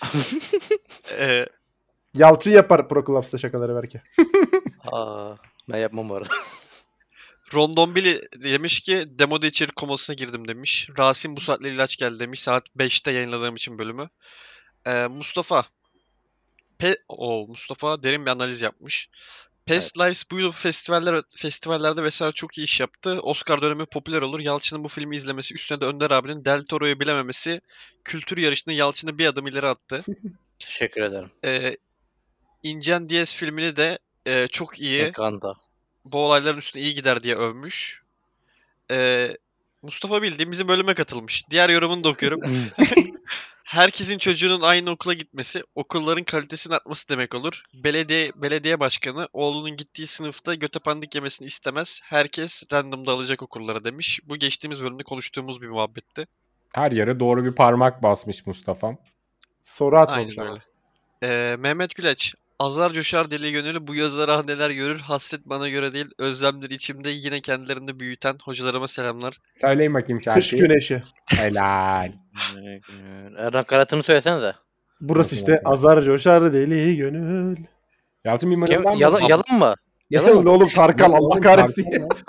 Eee Yalçın yapar Pro Clubs'ta şakaları belki. aa, ben yapmam bu arada. Rondombili demiş ki demoda içerik komasına girdim demiş. Rasim bu saatle ilaç geldi demiş. Saat beşte yayınladığım için bölümü. Ee, Mustafa. Pe o Mustafa derin bir analiz yapmış. Past Lives bu yıl festivaller festivallerde vesaire çok iyi iş yaptı. Oscar dönemi popüler olur. Yalçın'ın bu filmi izlemesi, üstüne de Önder abinin Del Toro'yu bilememesi kültür yarışında Yalçın'ı bir adım ileri attı. Teşekkür ederim. Ee, İncen Diaz filmini de e, çok iyi. Ekranda. Bu olayların üstüne iyi gider diye övmüş. Ee, Mustafa bildiğim bizim bölüme katılmış. Diğer yorumunu da okuyorum. Herkesin çocuğunun aynı okula gitmesi, okulların kalitesinin artması demek olur. Belediye belediye başkanı oğlunun gittiği sınıfta göte pandik yemesini istemez. Herkes randomda alacak okullara demiş. Bu geçtiğimiz bölümde konuştuğumuz bir muhabbetti. her yere doğru bir parmak basmış Mustafa'm. Soru atmamış Aynen ama. öyle. Ee, Mehmet Güleç. Azar coşar deli gönülü bu yazar ah neler görür. Hasret bana göre değil özlemdir içimde yine kendilerini büyüten hocalarıma selamlar. Söyleyin bakayım Kış şarkıyı. güneşi. Helal. Erdan Karat'ını söylesenize. Burası işte azar coşar deli gönül. Yalçın bir Kim? mırıldan mı? Yalın, yalın mı? Yalın Yalın mı? oğlum Tarkan Allah Oğlum, kahretsin. Tarkan ya. ya.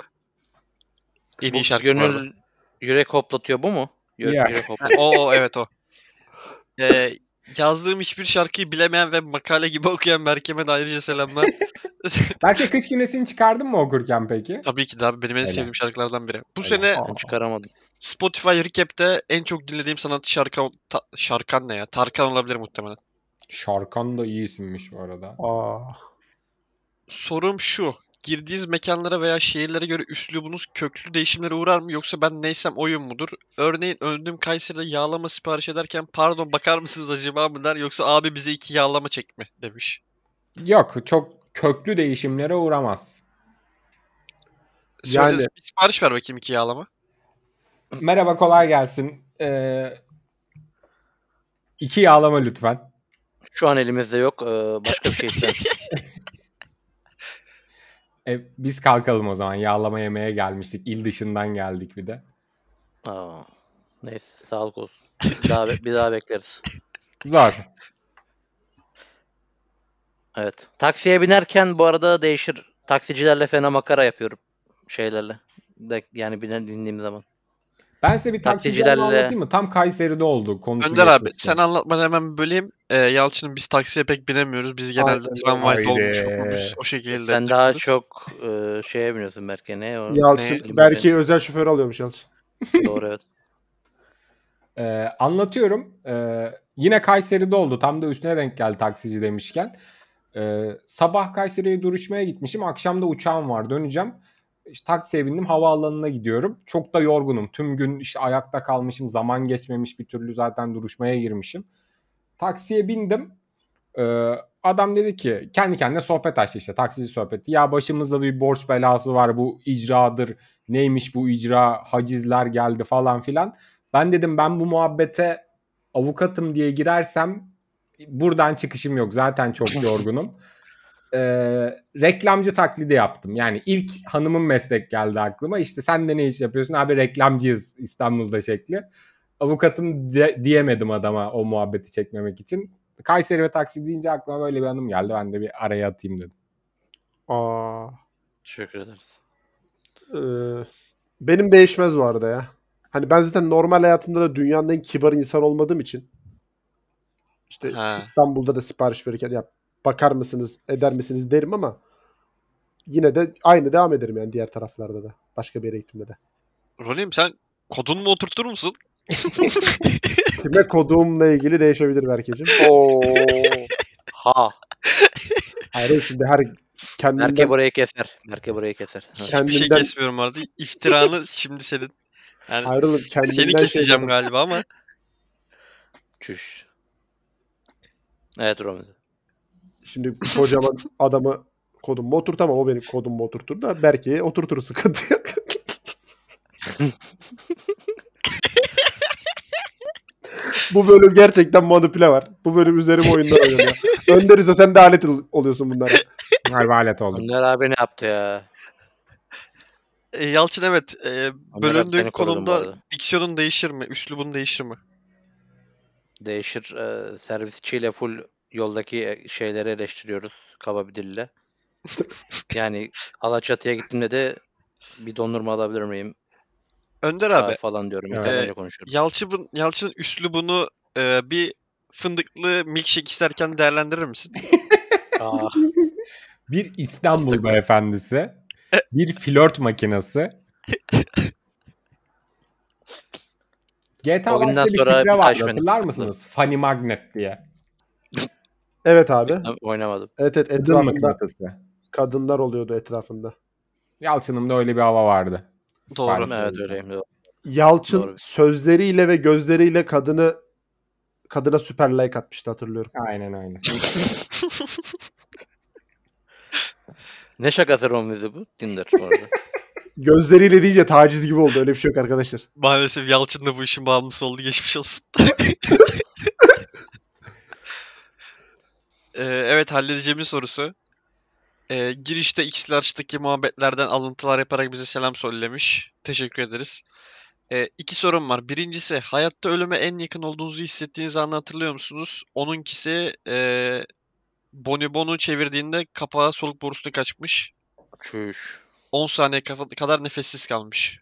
En Bu iyi şarkı bu arada. gönül yürek hoplatıyor bu mu? Yü- Ya. Yürek Ha, hoplatıyor. o, o evet o. Ee, yazdığım hiçbir şarkıyı bilemeyen ve makale gibi okuyan Berkem'e de ayrıca selamlar. Belki kış güneşini çıkardın mı okurken peki? Tabii ki de abi benim en Öyle. sevdiğim şarkılardan biri. Bu Öyle. sene Ben çıkaramadım. Spotify Recap'te en çok dinlediğim sanatçı şarkı ta, Şarkan ne ya? Tarkan olabilir muhtemelen. Şarkan da iyi isimmiş bu arada. Aa. Sorum şu. Girdiğiniz mekanlara veya şehirlere göre üslubunuz köklü değişimlere uğrar mı yoksa ben neysem oyun mudur? Örneğin öldüğüm Kayseri'de yağlama sipariş ederken pardon bakar mısınız acaba mı der yoksa abi bize iki yağlama çek mi demiş. Yok, çok köklü değişimlere uğramaz. Söyle, Yani- bir sipariş ver bakayım iki yağlama. Merhaba, kolay gelsin. Ee, iki yağlama lütfen. Şu an elimizde yok. Ee, başka bir şey isterim. E, biz kalkalım o zaman. Yağlama yemeye gelmiştik. İl dışından geldik bir de. Aa, neyse sağlık olsun. Bir daha, be- bir daha bekleriz. Zor. Evet. Taksiye binerken bu arada değişir. Taksicilerle fena makara yapıyorum. Şeylerle. De, yani binen dinlediğim zaman. Ben size bir taksicilerle Taksicilerle- anlatayım mı? Tam Kayseri'de oldu konusu. Önder abi geçmişti. sen anlatmadan hemen böleyim. Ee, Yalçın'ın biz taksiye pek binemiyoruz. Biz genelde Aynen öyle. tramvay, Haydi. dolmuş, otobüs o şekilde Sen daha yapıyoruz. çok e, şeye biniyorsun Berke. Ne o? Yalçın Ne? belki özel şoför alıyormuş Yalçın. Doğru evet. Ee, anlatıyorum. Ee, yine Kayseri'de oldu. Tam da üstüne denk geldi taksici demişken. Ee, sabah Kayseri'ye duruşmaya gitmişim. Akşam da uçağım var. Döneceğim. İşte taksiye bindim. Havaalanına gidiyorum. Çok da yorgunum. Tüm gün işte ayakta kalmışım. Zaman geçmemiş bir türlü, zaten duruşmaya girmişim. Taksiye bindim. Ee, adam dedi ki, kendi kendine sohbet açtı işte. Taksici sohbeti. Ya başımızda da bir borç belası var. Bu icradır. Neymiş bu icra? Hacizler geldi falan filan. Ben dedim ben bu muhabbete avukatım diye girersem buradan çıkışım yok. Zaten çok yorgunum. Ee, reklamcı taklidi yaptım. Yani ilk hanımın meslek geldi aklıma. İşte sen de ne iş yapıyorsun? Abi reklamcıyız İstanbul'da şekli. Avukatım de- diyemedim adama o muhabbeti çekmemek için. Kayseri ve taksi deyince aklıma böyle bir anım geldi. Ben de bir araya atayım dedim. Aa. Teşekkür ederiz. Ee, benim değişmez bu arada ya. Hani ben zaten normal hayatımda da dünyanın en kibar insan olmadığım için işte Ha. İstanbul'da da sipariş verirken ya bakar mısınız, eder misiniz derim ama yine de aynı devam ederim yani diğer taraflarda da. Başka bir yere gittiğimde de. Rolim sen kodunu mu oturtur musun? Kime koduğumla ilgili değişebilir Berkeciğim. Oo. Ha. Hayır şimdi her Berke kendinden burayı keser. Berke burayı keser. Ha. Hiçbir şey Kendinden- kesmiyorum arada. İftiranı şimdi senin. Yani Hayır oğlum, seni kendinden keseceğim şey dedim. galiba ama. Çüş. Evet Romeo. Şimdi kocaman adamı kodumma oturtamam. O benim kodumma oturtur da Berke'ye oturtur, sıkıntı yok. Bu bölüm gerçekten manipüle var. Bu bölüm üzerime oyunlar oynanıyor. Önder ise sen de alet ol- oluyorsun bunlara. Harbi alet olduk. Önder abi ne yaptı ya? E, Yalçın evet. E, Önder abi bölündüğün seni korudum bu konumda arada. diksiyonun değişir mi? Üslubun değişir mi? Değişir. E, servisçiyle full yoldaki e, şeyleri eleştiriyoruz. Kaba bir dille. Yani Alaçatı'ya gittiğimde de bir dondurma alabilir miyim? Önder Aa, abi. falan diyorum. Evet. İtalyanca e, konuşuyorum. Yalçın'ın Yalçın'ın üslubunu e, bir fındıklı milkshake isterken değerlendirir misin? Aa, Bir İstanbul Fıstıklı. beyefendisi. Bir flört makinesi. G T A O günden Vice'de bir sonra şifre bir daha vardı, içmedim. hatırlar mısınız? Funny Magnet diye. Evet abi. Ben oynamadım. Evet evet Kadın etrafında mıknatısı. kadınlar oluyordu etrafında. Yalçın'ımda öyle bir hava vardı. Doğru. Sipariş Evet verirken. öyleyim. Doğru. Yalçın Doğru. sözleriyle ve gözleriyle kadını kadına süper like atmıştı hatırlıyorum. Aynen öyle. Ne şakası Romney'di bu? Tinder bu arada. Gözleriyle deyince taciz gibi oldu. Öyle bir şey yok arkadaşlar. Maalesef Yalçın da bu işin bağımlısı oldu. Geçmiş olsun. Ee, evet halledeceğimiz sorusu. Ee, girişte X-Large'daki muhabbetlerden alıntılar yaparak bize selam söylemiş. Teşekkür ederiz. Ee, iki sorum var. Birincisi hayatta ölüme en yakın olduğunuzu hissettiğiniz anı hatırlıyor musunuz? Onunkisi ee, bonibonu çevirdiğinde kapağı soluk borusuna kaçmış. Çüş. on saniye kafa- kadar nefessiz kalmış.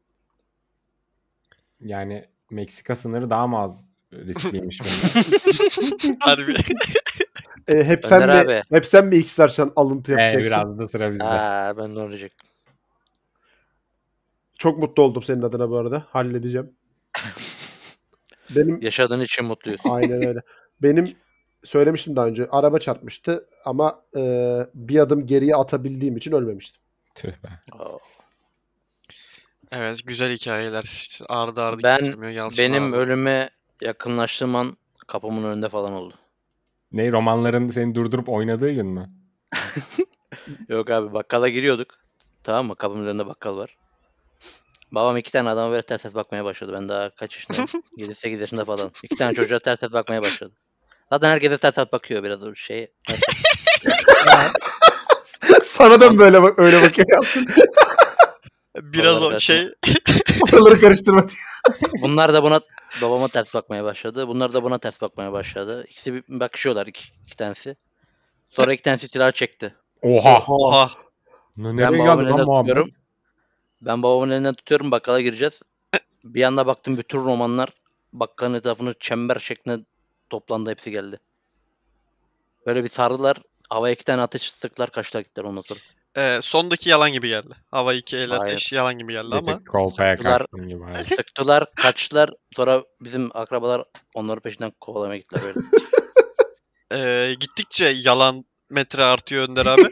Yani Meksika sınırı daha mı az riskliymiş bundan? Harbi. E, hep sen Önder mi abi. hep sen mi X'lerden alıntı ee, yapacaksın? biraz da sıra bizde. Aa, ben de onu diyecektim. Çok mutlu oldum senin adına bu arada. Halledeceğim. Benim Yaşadığın için mutluyuz. aynen öyle. Benim söylemiştim daha önce. Araba çarpmıştı ama e, bir adım geriye atabildiğim için ölmemiştim. Tüh be. Aa. Evet güzel hikayeler. İşte ardı ardı Ben getirmiyor Yalçın benim abi. ölüme yakınlaştığım an kapımın önünde falan oldu. Ne, romanların seni durdurup oynadığı gün mü? Yok abi bakkala giriyorduk. Tamam mı? Kapımın önünde bakkal var. Babam iki tane adama böyle ters ters bakmaya başladı. Ben daha kaç yaşındayım? yedi sekiz yaşında falan. İki tane çocuğa ters ters bakmaya başladı. Zaten herkese ters ters bakıyor biraz o şey. Sana da mı böyle bak öyle bakıyor Yalçın? Biraz Oraları o şey Oraları karıştırma diye. Bunlar da buna babama ters bakmaya başladı. Bunlar da buna ters bakmaya başladı. İkisi bir bakışıyorlar iki, iki tanesi. Sonra iki tanesi silah çekti. Oha. oha. Ne- Ben Nereye babamın geldi lan elinden muhabbet? tutuyorum. Ben babamın elinden tutuyorum bakkala gireceğiz. Bir anda baktım bütün romanlar bakkalın etrafını çember şeklinde toplandı hepsi geldi. Böyle bir sardılar. Havaya iki tane ateş sıktılar kaçtılar gittiler ondan sonra. Ee, sondaki yalan gibi geldi. Hava iki el Hayır. ateş yalan gibi geldi Bir ama tık kolpaya Sıktılar. kaçtın gibi. abi. Sıktılar kaçtılar sonra bizim akrabalar onları peşinden kovalamaya gittiler böyle. ee, gittikçe yalan metre artıyor Önder abi.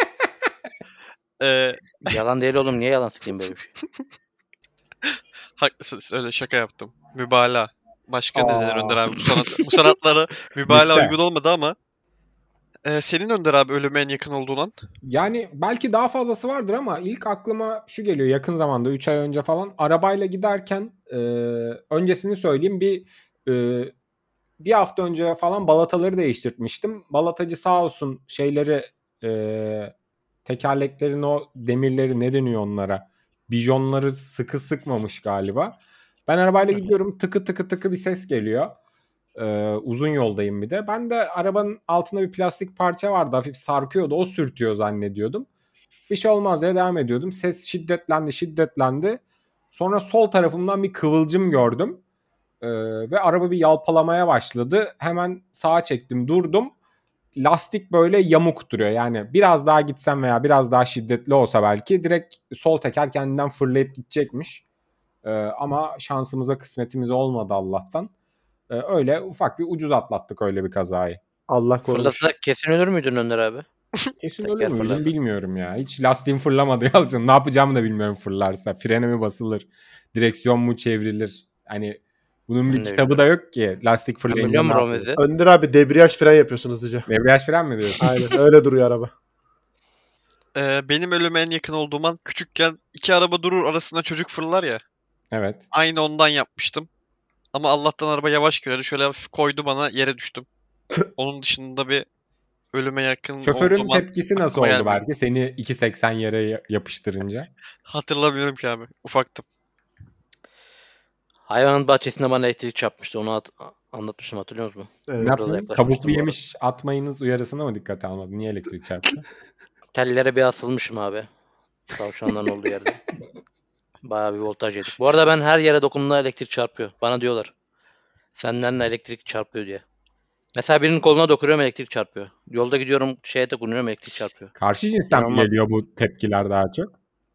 Ee, Yalan değil oğlum niye yalan sıkayım böyle bir şey. haklısınız öyle şaka yaptım. Mübalağa. Başka ne denir Aa. Önder abi? Bu, sanat, bu sanatlara mübalağa Nükte. uygun olmadı ama. Ee, senin Önder abi ölüme en yakın olduğun an. Yani belki daha fazlası vardır ama ilk aklıma şu geliyor, yakın zamanda üç ay önce falan arabayla giderken e, öncesini söyleyeyim, bir e, bir hafta önce falan balataları değiştirtmiştim. Balatacı sağ olsun şeyleri e, tekerleklerin o demirleri, ne deniyor onlara, bijonları sıkı sıkmamış galiba. Ben arabayla gidiyorum, tıkı tıkı tıkı bir ses geliyor. Ee, uzun yoldayım bir de. Ben de arabanın altında bir plastik parça vardı. Hafif sarkıyordu. O sürtüyor zannediyordum. Bir şey olmaz diye devam ediyordum. Ses şiddetlendi şiddetlendi. Sonra sol tarafımdan bir kıvılcım gördüm. Ee, ve araba bir yalpalamaya başladı. Hemen sağa çektim, durdum. Lastik böyle yamuk duruyor. Yani biraz daha gitsem veya biraz daha şiddetli olsa belki direkt sol teker kendinden fırlayıp gidecekmiş. Ee, ama şansımıza kısmetimize olmadı Allah'tan. Ee, öyle ufak bir ucuz atlattık öyle bir kazayı. Allah korumuş. Fırlasa kesin ölür müydün Önder abi? Kesin Teker ölür müydüm fırlarsa. bilmiyorum ya. Hiç lastiğim fırlamadı Yalçın. Ne yapacağımı da bilmiyorum fırlarsa. Frene mi basılır? Direksiyon mu çevrilir? Hani bunun bir Ben de kitabı da yok ki. Lastik Ben fırlayınca biliyorum ne yapılır? Romney'i. Önder abi debriyaj fren yapıyorsun hızlıca. Debriyaj fren mi diyorsun? Aynen öyle duruyor araba. Ee, benim ölüme en yakın olduğum an küçükken iki araba durur arasında çocuk fırlar ya. Evet. Aynı ondan yapmıştım. Ama Allah'tan araba yavaş gidiyordu. Şöyle hafif koydu bana, yere düştüm. Onun dışında bir ölüme yakın Şoförün olduğum an tepkisi nasıl aklıma oldu gelmedi. belki seni iki seksen yere ya- yapıştırınca? Hatırlamıyorum ki abi. Ufaktım. Hayvanat bahçesinde bana elektrik çarpmıştı. Onu hat- anlatmıştım, hatırlıyor musunuz? Ne Evet. Biraz yaptın? yaklaşmıştım Kabuklu bu arada. yemiş atmayınız uyarısına mı dikkate almadın? Niye elektrik çarptı? Tellere bir asılmışım abi. Tavşanların olduğu yerde. Bayağı bir voltaj yedik. Bu arada ben her yere dokunduğumda elektrik çarpıyor. Bana diyorlar. Senden elektrik çarpıyor diye. Mesela birinin koluna dokunuyorum, elektrik çarpıyor. Yolda gidiyorum, şeye dokunuyorum, elektrik çarpıyor. Karşı cinsten mi İnanılmaz. geliyor bu tepkiler daha çok?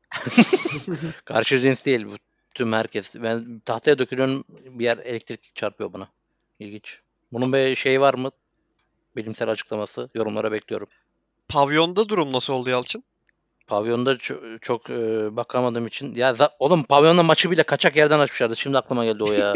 Karşı cins değil bu. Tüm herkes. Ben tahtaya dökülüyorum, bir yer elektrik çarpıyor bana. İlginç. Bunun bir şeyi var mı? Bilimsel açıklaması. Yorumlara bekliyorum. Pavyonda durum nasıl oldu Yalçın? Pavyonda ço- çok e, bakamadığım için. Ya za- oğlum pavyonda maçı bile kaçak yerden açmışlardı. Şimdi aklıma geldi o ya.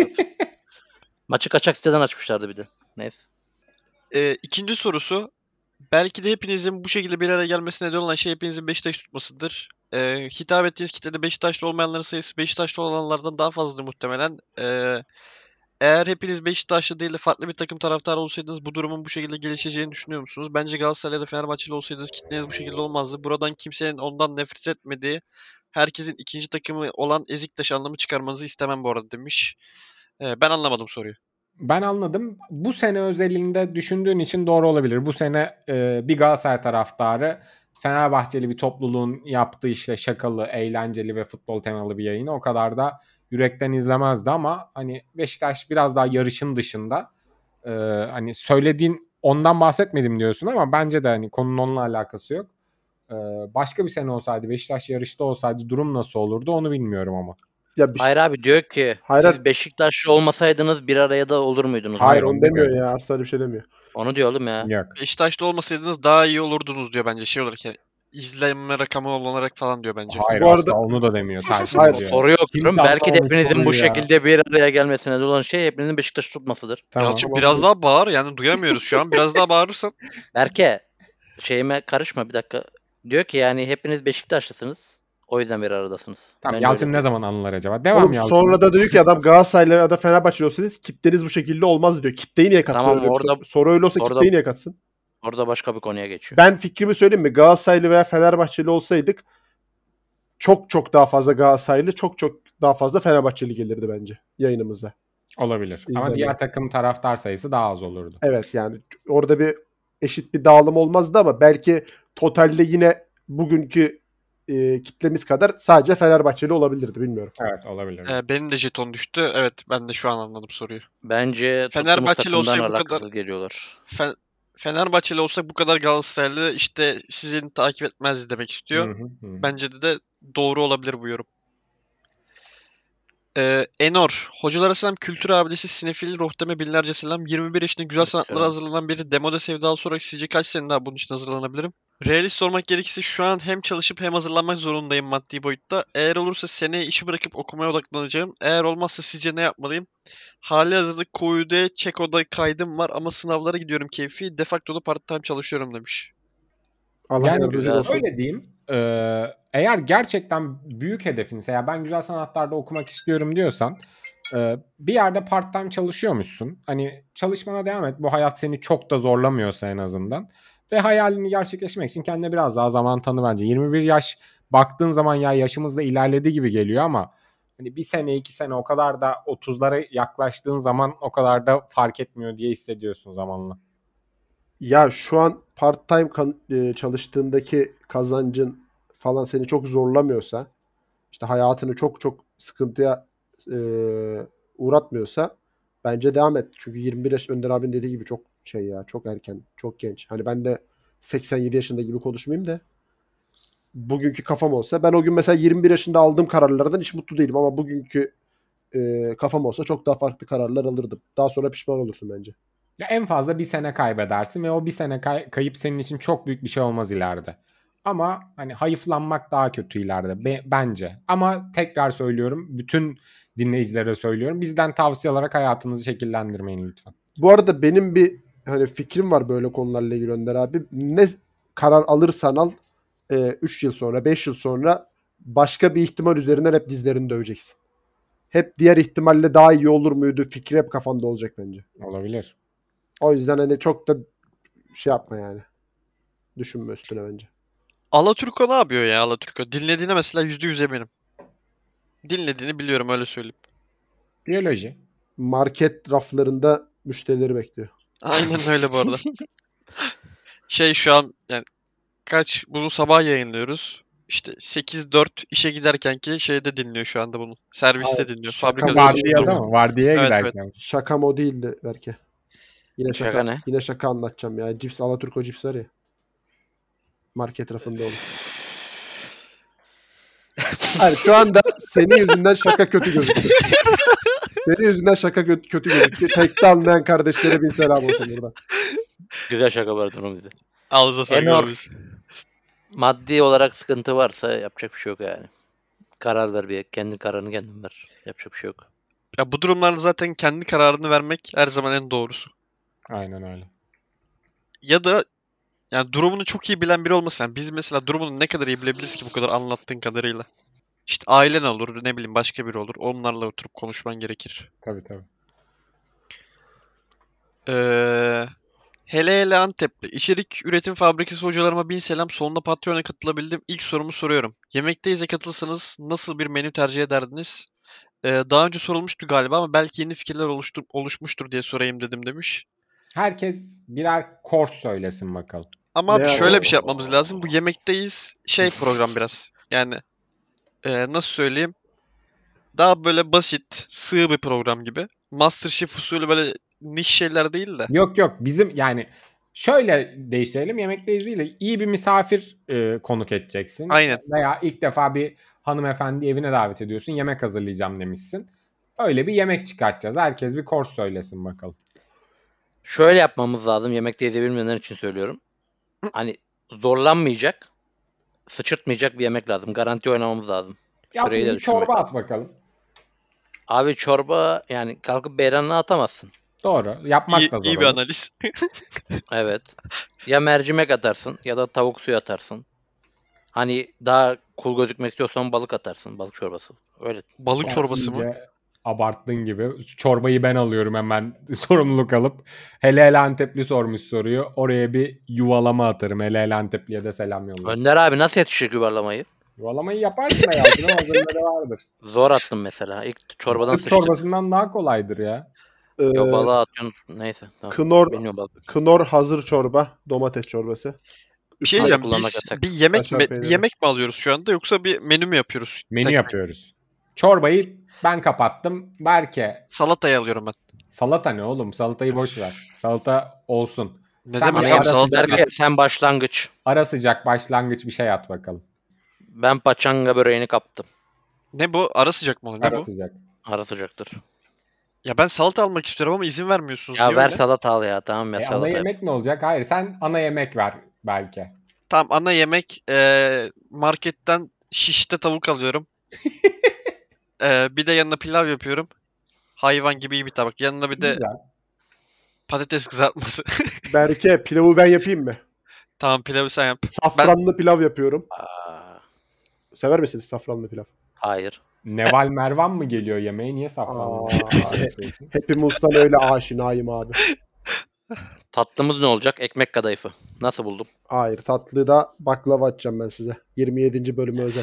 Maçı kaçak siteden açmışlardı bir de. Neyse. Ee, ikinci sorusu. Belki de hepinizin bu şekilde bir araya gelmesine neden olan şey hepinizin Beşiktaş tutmasıdır. Ee, hitap ettiğiniz kitlede Beşiktaşlı olmayanların sayısı Beşiktaşlı olanlardan daha fazladır muhtemelen. Ee, eğer hepiniz Beşiktaşlı değil de farklı bir takım taraftarı olsaydınız bu durumun bu şekilde gelişeceğini düşünüyor musunuz? Bence Galatasaray ya da Fenerbahçeli olsaydınız kitleniz bu şekilde olmazdı. Buradan kimsenin ondan nefret etmediği, herkesin ikinci takımı olan Eziktaş anlamı çıkarmanızı istemem bu arada demiş. Ee, ben anlamadım soruyu. Ben anladım. Bu sene özelinde düşündüğün için doğru olabilir. Bu sene e, bir Galatasaray taraftarı Fenerbahçeli bir topluluğun yaptığı işte şakalı, eğlenceli ve futbol temalı bir yayını o kadar da yürekten izlemezdi ama hani Beşiktaş biraz daha yarışın dışında e, hani söylediğin ondan bahsetmedim diyorsun ama bence de hani konunun onunla alakası yok. E, başka bir sene olsaydı Beşiktaş yarışta olsaydı durum nasıl olurdu onu bilmiyorum ama. Ya bir, Hayır abi, diyor ki Hayır, siz Beşiktaşlı olmasaydınız bir araya da olur muydunuz? hayır Hayır, onu onu demiyor demiyorum. ya. Asla öyle bir şey demiyor. Onu diyor oğlum ya. Yok. Beşiktaşlı olmasaydınız daha iyi olurdunuz diyor bence şey olarak yani. İzlenme rakamı olarak falan diyor bence. Hayır Bu asla arada onu da demiyor. Tersini Hayır. diyor. Soruyu Kimse okuyorum. Belki de anlamamış hepinizin bu soruyu ya. şekilde bir araya gelmesine neden olan şey hepinizin Beşiktaş tutmasıdır. Tamam. Yalçın Tamam. biraz daha bağır yani duyamıyoruz şu an. Biraz daha bağırırsan. Berke, şeyime karışma bir dakika. Diyor ki yani hepiniz Beşiktaşlısınız. O yüzden bir aradasınız. Tamam, Bence Yalçın öyle ne diyor. zaman anılar acaba? Devam Oğlum Yalçın. sonra da diyor ki adam Galatasaraylı ya da Fenerbahçeli olsanız kitleniz bu şekilde olmaz diyor. Kitleyi niye katsın? Tamam, öyle bir orada- soru, soru öyle olsa orada- kitleyi niye katsın? Orada başka bir konuya geçiyor. Ben fikrimi söyleyeyim mi? Galatasaraylı veya Fenerbahçeli olsaydık çok çok daha fazla Galatasaraylı, çok çok daha fazla Fenerbahçeli gelirdi bence yayınımıza. Olabilir. Ama İzleme. diğer takım taraftar sayısı daha az olurdu. Evet yani orada bir eşit bir dağılım olmazdı ama belki totalde yine bugünkü e, kitlemiz kadar sadece Fenerbahçeli olabilirdi bilmiyorum. Evet, olabilir. Ee, benim de jeton düştü. Evet ben de şu an anladım soruyu. Bence tuttuğumuz Fenerbahçeli takımdan olsaydı bu kadar- alakasız geliyorlar. Fe- Fenerbahçeli olsak bu kadar Galatasaraylı işte sizin takip etmezdi demek istiyor. Hı hı, hı. Bence de, de doğru olabilir bu yorum. Ee, Enor, hocalara selam, kültür abidesi, sinefil, Rohtem'e binlerce selam. yirmi bir yaşında güzel sanatlara Selam. hazırlanan biri demode sevdalısı olarak sizce kaç sene daha bunun için hazırlanabilirim? Realist olmak gerekirse şu an hem çalışıp hem hazırlanmak zorundayım maddi boyutta. Eğer olursa seneye işi bırakıp okumaya odaklanacağım. Eğer olmazsa sizce ne yapmalıyım? Hali hazırda Q U'de Çeko'da kaydım var ama sınavlara gidiyorum keyfi. De facto da part time çalışıyorum demiş. Allah Yani yardımcın olsun. öyle diyeyim. e, eğer gerçekten büyük hedefinse ya ben güzel sanatlarda okumak istiyorum diyorsan e, bir yerde part time çalışıyormuşsun. Hani çalışmana devam et. Bu hayat seni çok da zorlamıyorsa en azından. Ve hayalini gerçekleştirmek için kendine biraz daha zaman tanı bence. yirmi bir yaş baktığın zaman ya yaşımızda ilerledi gibi geliyor ama hani bir sene iki sene o kadar da otuzlara yaklaştığın zaman o kadar da fark etmiyor diye hissediyorsun zamanla. Ya şu an part time kan- e, çalıştığındaki kazancın falan seni çok zorlamıyorsa, işte hayatını çok çok sıkıntıya e, uğratmıyorsa bence devam et. Çünkü yirmi bir yaş Önder abinin dediği gibi çok şey ya, çok erken, çok genç. Hani ben de seksen yedi yaşında gibi konuşmayayım da bugünkü kafam olsa ben o gün mesela yirmi bir yaşında aldığım kararlardan hiç mutlu değilim ama bugünkü e, kafam olsa çok daha farklı kararlar alırdım. Daha sonra pişman olursun bence. Ya en fazla bir sene kaybedersin ve o bir sene kay- kayıp senin için çok büyük bir şey olmaz ileride. Ama hani hayıflanmak daha kötü ileride be- bence. Ama tekrar söylüyorum, bütün dinleyicilere söylüyorum. Bizden tavsiye alarak hayatınızı şekillendirmeyin lütfen. Bu arada benim bir hani fikrim var böyle konularla ilgili Önder abi. Ne karar alırsan al üç yıl sonra beş yıl sonra başka bir ihtimal üzerinden hep dizlerini döveceksin. hep diğer ihtimalle daha iyi olur muydu fikri hep kafanda olacak bence. Olabilir. O yüzden hani çok da şey yapma yani. Düşünme üstüne bence. Alaturka ne yapıyor ya Alaturka? Dinlediğine mesela yüzde yüz eminim. Dinlediğini biliyorum öyle söyleyeyim. Biyoloji. Market raflarında müşterileri bekliyor. Aynen öyle bu arada. Şey şu an yani kaç bunu sabah yayınlıyoruz. İşte sekiz dört işe giderken ki şeyde dinliyor şu anda bunu. Serviste Hayır, dinliyor. şaka Fabrikada var çalışıyor. Vardiyada mı? Vardiyaya Evet, giderken. Şakam o değildi belki. Yine şaka, Şaka ne? yine şaka anlatacağım ya. Cips Alaturka cips var ya. Market rafında olur. Hayır şu anda senin yüzünden şaka kötü gözüktü. Senin yüzünden şaka kötü, kötü gözüktü. Tekte anlayan kardeşlere bin selam olsun buradan. Güzel şaka vardı onun bize. Ağzına sağlık Enor. abi biz. Maddi olarak sıkıntı varsa yapacak bir şey yok yani. Karar ver bir. Kendi kararını kendin ver. Yapacak bir şey yok. Ya bu durumlarda zaten kendi kararını vermek her zaman en doğrusu. Aynen öyle. Ya da yani durumunu çok iyi bilen biri olması lazım. Biz mesela durumunu ne kadar iyi bilebiliriz ki bu kadar anlattığın kadarıyla. İşte ailen olur, ne bileyim başka biri olur. Onlarla oturup konuşman gerekir. Tabii tabii. Ee, hele hele Antep'te içerik üretim fabrikası hocalarıma bin selam. Sonunda Patreon'a katılabildim. İlk sorumu soruyorum. Yemekteyiz'e katılsanız nasıl bir menü tercih ederdiniz? Ee, daha önce sorulmuştu galiba ama belki yeni fikirler oluştur, oluşmuştur diye sorayım dedim demiş. Herkes birer course söylesin bakalım. Ama Ne abi yani? şöyle bir şey yapmamız lazım. Bu Yemekteyiz şey program biraz. Yani e, nasıl söyleyeyim? Daha böyle basit, sığ bir program gibi. MasterChef usulü böyle niş şeyler değil de. Yok yok bizim yani şöyle değiştirelim. Yemekteyiz değil de iyi bir misafir e, konuk edeceksin. Aynen. Veya ilk defa bir hanımefendi evine davet ediyorsun. Yemek hazırlayacağım demişsin. Öyle bir yemek çıkartacağız. Herkes bir course söylesin bakalım. Şöyle yapmamız lazım. Yemekte bilmeyenler için söylüyorum. Hani zorlanmayacak, sıçırtmayacak bir yemek lazım. Garanti oynamamız lazım. Ya Süreyi de bir düşünmek çorba lazım. at bakalım. Abi çorba yani kalkıp beyranla atamazsın. Doğru. Yapmak İyi, da zor iyi bir olur. analiz. Evet. Ya mercimek atarsın ya da tavuk suyu atarsın. Hani daha cool gözükmek istiyorsan balık atarsın. Balık çorbası. Öyle. Balık Sen çorbası mı? iyice abarttığın gibi. Çorbayı ben alıyorum hemen sorumluluk alıp. Hele hele Antepli sormuş soruyu. Oraya bir yuvalama atarım. Hele hele Antepli'ye de selam yollarım. Önder abi nasıl yetişecek yuvarlamayı? Yuvalamayı yaparsın hayatına hazırları vardır. Zor attım mesela. İlk çorbadan Balık sıçtık. çorbasından daha kolaydır ya. Ee, Yo balığa atıyorsun. Neyse. Tamam. Knor, Bilmiyorum balık. Knor hazır çorba. Domates çorbası. Bir şey Üstüne diyeceğim. kullanmak Biz yasak. bir yemek Kaşar mi, bir peyniri. yemek mi alıyoruz şu anda yoksa bir menü mü yapıyoruz? Menü Tek tek. yapıyoruz. Çorbayı ben kapattım. Berke Salatayı alıyorum ben. salata ne oğlum? Salatayı boş ver. Salata olsun. Ne Sen demek bana abi ara salata? sıcak, Berke sen başlangıç. ara sıcak başlangıç bir şey at bakalım. Ben paçanga böreğini kaptım. Ne bu? Ara sıcak mı oluyor? Ne Ara bu? sıcak. Ara sıcaktır. Ya ben salata almak istiyorum ama izin vermiyorsunuz. Ya Niye ver öyle? salata al ya. Tamam ya E, ana salata yap. yemek ne olacak? Hayır sen ana yemek ver belki. Tamam ana yemek eee, marketten şişte tavuk alıyorum. Eee, bir de yanına pilav yapıyorum. Hayvan gibi iyi bir tabak. Yanına bir de Güzel. patates kızartması. Berke pilavı ben yapayım mı? Tamam pilavı sen yap. Safranlı pilav yapıyorum. Aa, Sever misiniz safranlı pilav? hayır. Neval Mervan mı geliyor yemeğe? Niye Aa, safranlı? he- hepimizden öyle aşinayım abi. Tatlımız ne olacak? Ekmek kadayıfı. Nasıl buldum? Hayır tatlıda baklava açacağım ben size. yirmi yedinci bölümü özel.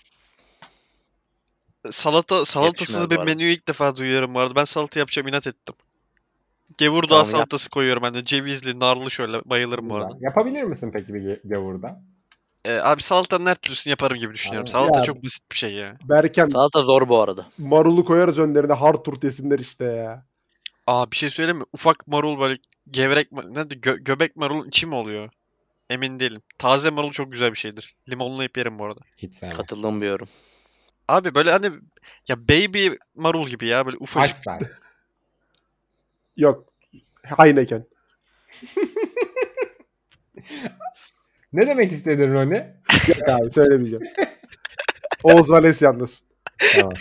Salata salatasız Yetişmez bir bu arada. menüyü ilk defa duyuyorum bu arada. Ben salata yapacağım inat ettim. Gevurdağ Tamam, yap. salatası koyuyorum ben de. Cevizli, narlı şöyle. Bayılırım bu Güzel. arada. Yapabilir misin peki bir ge- gavurda? Ee, abi salatanın her türlüsünü yaparım gibi düşünüyorum. Aynen. Salata Ya- çok basit bir şey ya. Berkem Salata zor bu arada. marulu koyarız önlerine hard turp yesinler işte ya. Aa bir şey söyleyeyim mi? Ufak marul böyle gevrek ma- ne de gö- göbek marulun içi mi oluyor? Emin değilim. Taze marul çok güzel bir şeydir. Limonlayıp yerim bu arada. Hiç sevmem. Katıldığım bir yorum. Abi böyle hani ya baby marul gibi ya böyle ufacık. Iceberg. Yok. Heineken. Ne demek istedin Roni? Yok abi söylemeyeceğim. Oğuz Vales yalnız. Tamam.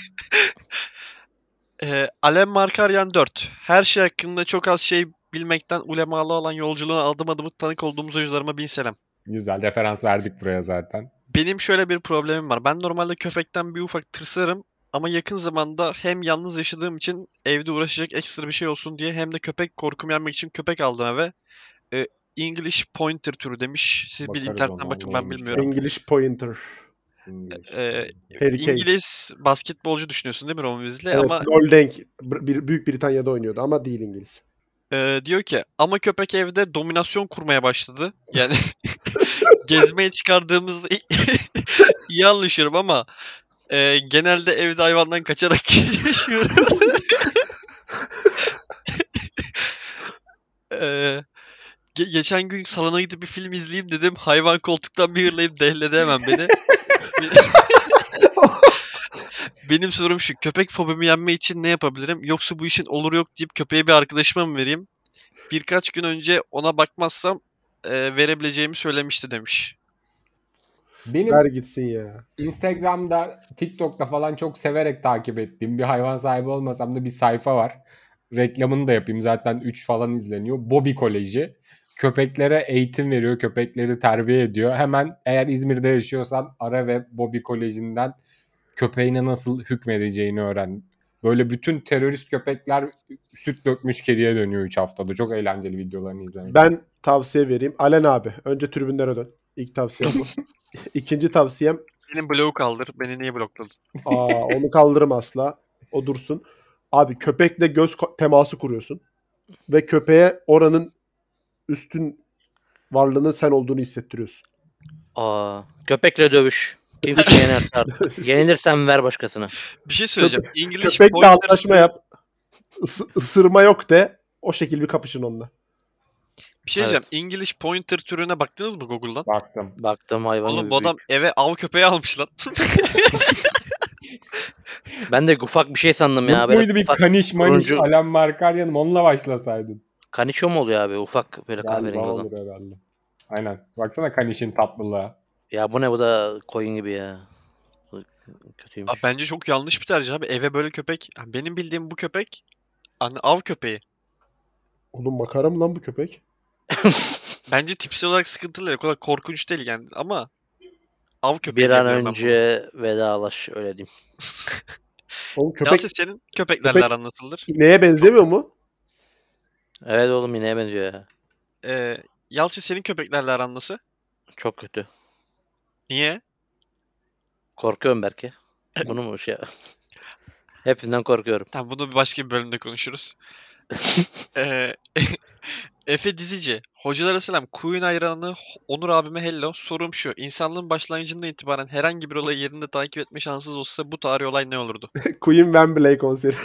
Ee, Alem Markaryan dört. Her şey hakkında çok az şey bilmekten ulemalı olan yolculuğuna adım adım tanık olduğumuz hocalarıma bin selam. Güzel referans verdik buraya zaten. Benim şöyle bir problemim var. Ben normalde köpekten bir ufak tırsarım. Ama yakın zamanda hem yalnız yaşadığım için evde uğraşacak ekstra bir şey olsun diye hem de köpek korkumu yenmek için köpek aldım eve. Ee, English Pointer türü demiş. Siz bir Bakarız internetten ona, bakın, ben neymiş bilmiyorum. English Pointer. İngiliz. Ee, Harry Kane. İngiliz basketbolcu düşünüyorsun değil mi Roman Weasley? Evet, Ama Goldenk. Bir, Büyük Britanya'da oynuyordu ama değil İngiliz. e, diyor ki ama köpek evde dominasyon kurmaya başladı. Yani gezmeye çıkardığımızda iyi anlaşıyorum ama e, genelde evde hayvandan kaçarak yaşıyorum. Eee, ge- geçen gün salona gidip bir film izleyeyim dedim. Hayvan koltuktan bir hırlayıp dehledi hemen beni. Benim sorum şu. Köpek fobimi yenme için ne yapabilirim? Yoksa bu işin olur yok deyip köpeğe bir arkadaşıma mı vereyim? Birkaç gün önce ona bakmazsam e, verebileceğimi söylemişti demiş. Benim Ver gitsin ya. Instagram'da, TikTok'ta falan çok severek takip ettiğim, bir hayvan sahibi olmasam da bir sayfa var. Reklamını da yapayım, zaten üç falan izleniyor. Bobby Koleji. Köpeklere eğitim veriyor, köpekleri terbiye ediyor. Hemen eğer İzmir'de yaşıyorsan ara ve Bobby Koleji'nden köpeğine nasıl hükmedeceğini öğren. Böyle bütün terörist köpekler süt dökmüş kediye dönüyor üç haftada. Çok eğlenceli videolarını izlemek. Ben tavsiye vereyim. Alen abi. Önce tribünlere dön. İlk tavsiyem bu. İkinci tavsiyem Benim bloğu kaldır. Beni niye blokladın? aa, onu kaldırma asla. O dursun. Abi köpekle göz ko- teması kuruyorsun. Ve köpeğe oranın üstün varlığının sen olduğunu hissettiriyorsun. Aa, köpekle dövüş. Kim kimi yenerse artık. Yenilirsen ver başkasına. Bir şey söyleyeceğim. English Köpekle Pointer antlaşma türü- yap. Is- ısırma yok de. O şekil bir kapışın onunla. Bir şey Evet. diyeceğim. English Pointer türüne baktınız mı Google'dan? Baktım. Baktım hayvan Oğlum gibi bu adam büyük. eve av köpeği almış lan. Ben de ufak bir şey sandım ya. Yok Böyle muydu bir ufak kaniş maniş turuncu- Alan Markaryan'ım, onunla başlasaydın. Kaniço mu oluyor abi? Ufak böyle Galiba kahverengi olan. olur herhalde. Aynen. Baksana kanişin tatlılığa. Ya bu ne, bu da koyun gibi ya. Kötüymüş. Abi bence çok yanlış bir tercih abi. Eve böyle köpek. Yani benim bildiğim bu köpek hani av köpeği. Oğlum makara mı lan bu köpek? Bence tipsel olarak sıkıntılı değil. O kadar korkunç değil yani ama av köpeği Bir an diyebilirim ben buna. önce vedalaş, öyle diyeyim. Oğlum köpek Yalçın senin köpeklerle köpek- aran nasıldır? neye benzemiyor mu? Evet oğlum, yine benziyor ya. Ee, Yalçın senin köpeklerle aran nasıl? Çok kötü. Niye? Korkuyorum belki. Bunu mu şey? Hepsinden korkuyorum. Tamam, bunu bir başka bir bölümde konuşuruz. Ee, Efe Dizici. Hocalara selam. Queen hayranı Onur abime hello. Sorum şu. İnsanlığın başlangıcından itibaren herhangi bir olayı yerinde takip etme şanssız olsa bu tarih olay ne olurdu? Queen Wembley konseri.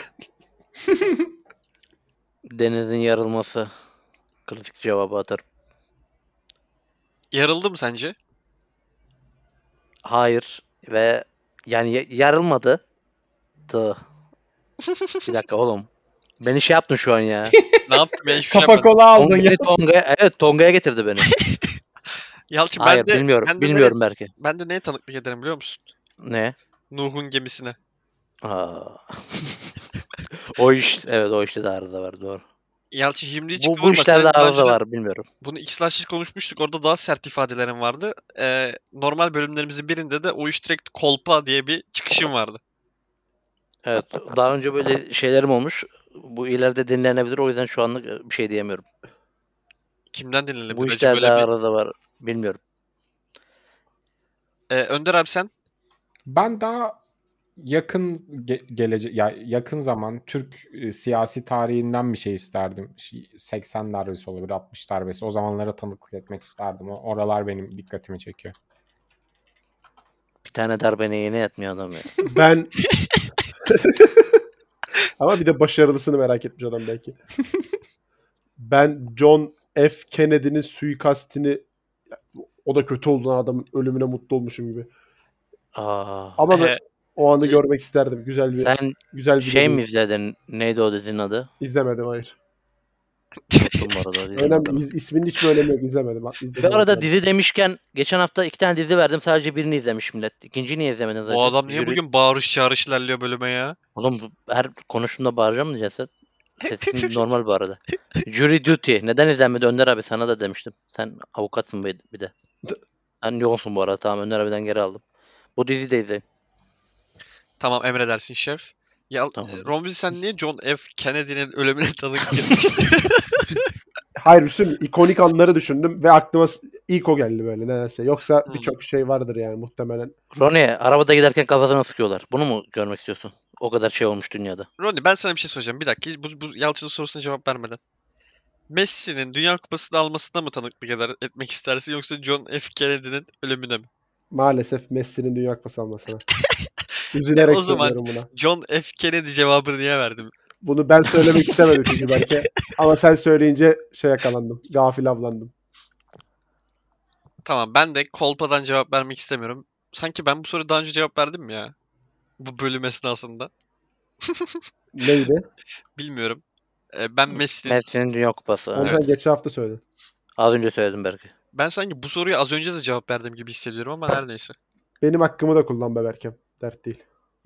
Denizin yarılması. Kritik cevabı atarım. Yarıldı mı sence? Hayır ve yani ya- yarılmadı. Tı. Bir dakika oğlum. Beni şey yaptın şu an ya. Ne yaptım ya? Hiçbir şey Kafa yapmadım. kola aldın ya. Tonga'ya, Tonga'ya, evet Tonga'ya getirdi beni. Yalçın Hayır ben de, bilmiyorum. ben de bilmiyorum belki. Neye, ben de neye tanıklık ederim biliyor musun? Ne? Nuh'un gemisine. Aa. O iş, evet o işte de arıza var, doğru. Yalçın şimdi hiç Bu, bu kıvırma. işlerde Senin daha arıza önceden var, bilmiyorum. bunu X-Large'da konuşmuştuk. Orada daha sert ifadelerim vardı. Ee, normal bölümlerimizin birinde de o iş direkt kolpa diye bir çıkışım vardı. Evet, daha önce böyle şeylerim olmuş. Bu ileride dinlenebilir, o yüzden şu anlık bir şey diyemiyorum. Kimden dinlenebilir Bu acaba işlerde böyle bir... arıza var, bilmiyorum. Ee, Önder abi sen? Ben daha yakın ge- gelecek ya yakın zaman Türk e, siyasi tarihinden bir şey isterdim. Şey, seksen darbesi olabilir, altmış darbesi. O zamanlara tanıklık etmek isterdim. O oralar benim dikkatimi çekiyor. Bir tane darbene yeni yatmıyor adam ya. Ben ama bir de başarılısını merak etmiş adam belki. Ben John F. Kennedy'nin suikastini, o da kötü oldu lan, adamın ölümüne mutlu olmuşum gibi. Aa, Ama ben Ee, o anı ki- görmek isterdim. Güzel bir sen güzel bir şey mi deneyim. izledin? Neydi o dizinin adı? İzlemedim, hayır. Unuttum bu arada. dizinin Önemli. adını. İz, isminin hiç mi önemi yok, izlemedim. İzledim, Bu arada yani. dizi demişken geçen hafta iki tane dizi verdim. Sadece birini izlemiş millet. İkinciyi niye izlemediniz acaba? Bu adam niye Jüri- bugün bağırış çağırış ilerliyor bölüme ya? Oğlum bu- her konuştuğumda bağıracağım mı diyeceksin? Sesin normal bu arada. Jury Duty. Neden izlenmedi Önder abi? Sana da demiştim. Sen avukatsın bir bir de. Sen yoğunsun bu arada. Tamam, Önder abiden geri aldım. Bu diziyi de izleyin. Tamam, emredersin şef. Ya Tamam. Romzi, sen niye John F. Kennedy'nin ölümüne tanık girmek istiyorsun? Hayır Hüsnü, ikonik anları düşündüm ve aklıma s- ilk o geldi böyle nedense. Yoksa Hmm. birçok şey vardır yani muhtemelen. Ronnie arabada giderken kafasına sıkıyorlar. Bunu mu görmek istiyorsun? O kadar şey olmuş dünyada. Ronnie, ben sana bir şey söyleyeceğim. Bir dakika. Bu, bu Yalçın'ın sorusuna cevap vermeden. Messi'nin Dünya Kupası'nı almasına mı tanıklık eder, etmek istersin, yoksa John F. Kennedy'nin ölümüne mi? Maalesef Messi'nin Dünya Kupası almasına. E, Üzülerek o zaman söylüyorum buna. John F. Kennedy cevabını niye verdim? Bunu ben söylemek istemedim çünkü belki. Ama sen söyleyince şey yakalandım. Gafil avlandım. Tamam, ben de kolpadan cevap vermek istemiyorum. Sanki ben bu soruya daha önce cevap verdim mi ya? Bu bölüm esnasında. Neydi? Bilmiyorum. E, ben Messi. Messi'nin Dünya Kupası. Onu Evet. sen geçen hafta söyledin. Az önce söyledim belki. Ben sanki bu soruya az önce de cevap verdiğim gibi hissediyorum ama her neyse. Benim hakkımı da kullan be Berkem. Dert değil.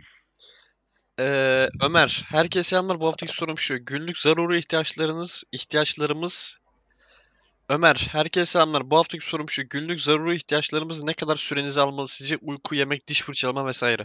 Ee, Ömer, herkese selamlar. Bu haftaki sorum şu. Günlük zaruri ihtiyaçlarınız, ihtiyaçlarımız... Ömer, herkese selamlar. Bu haftaki sorum şu. Günlük zaruri ihtiyaçlarımız ne kadar sürenizi almalı sizce? Uyku, yemek, diş fırçalama vesaire.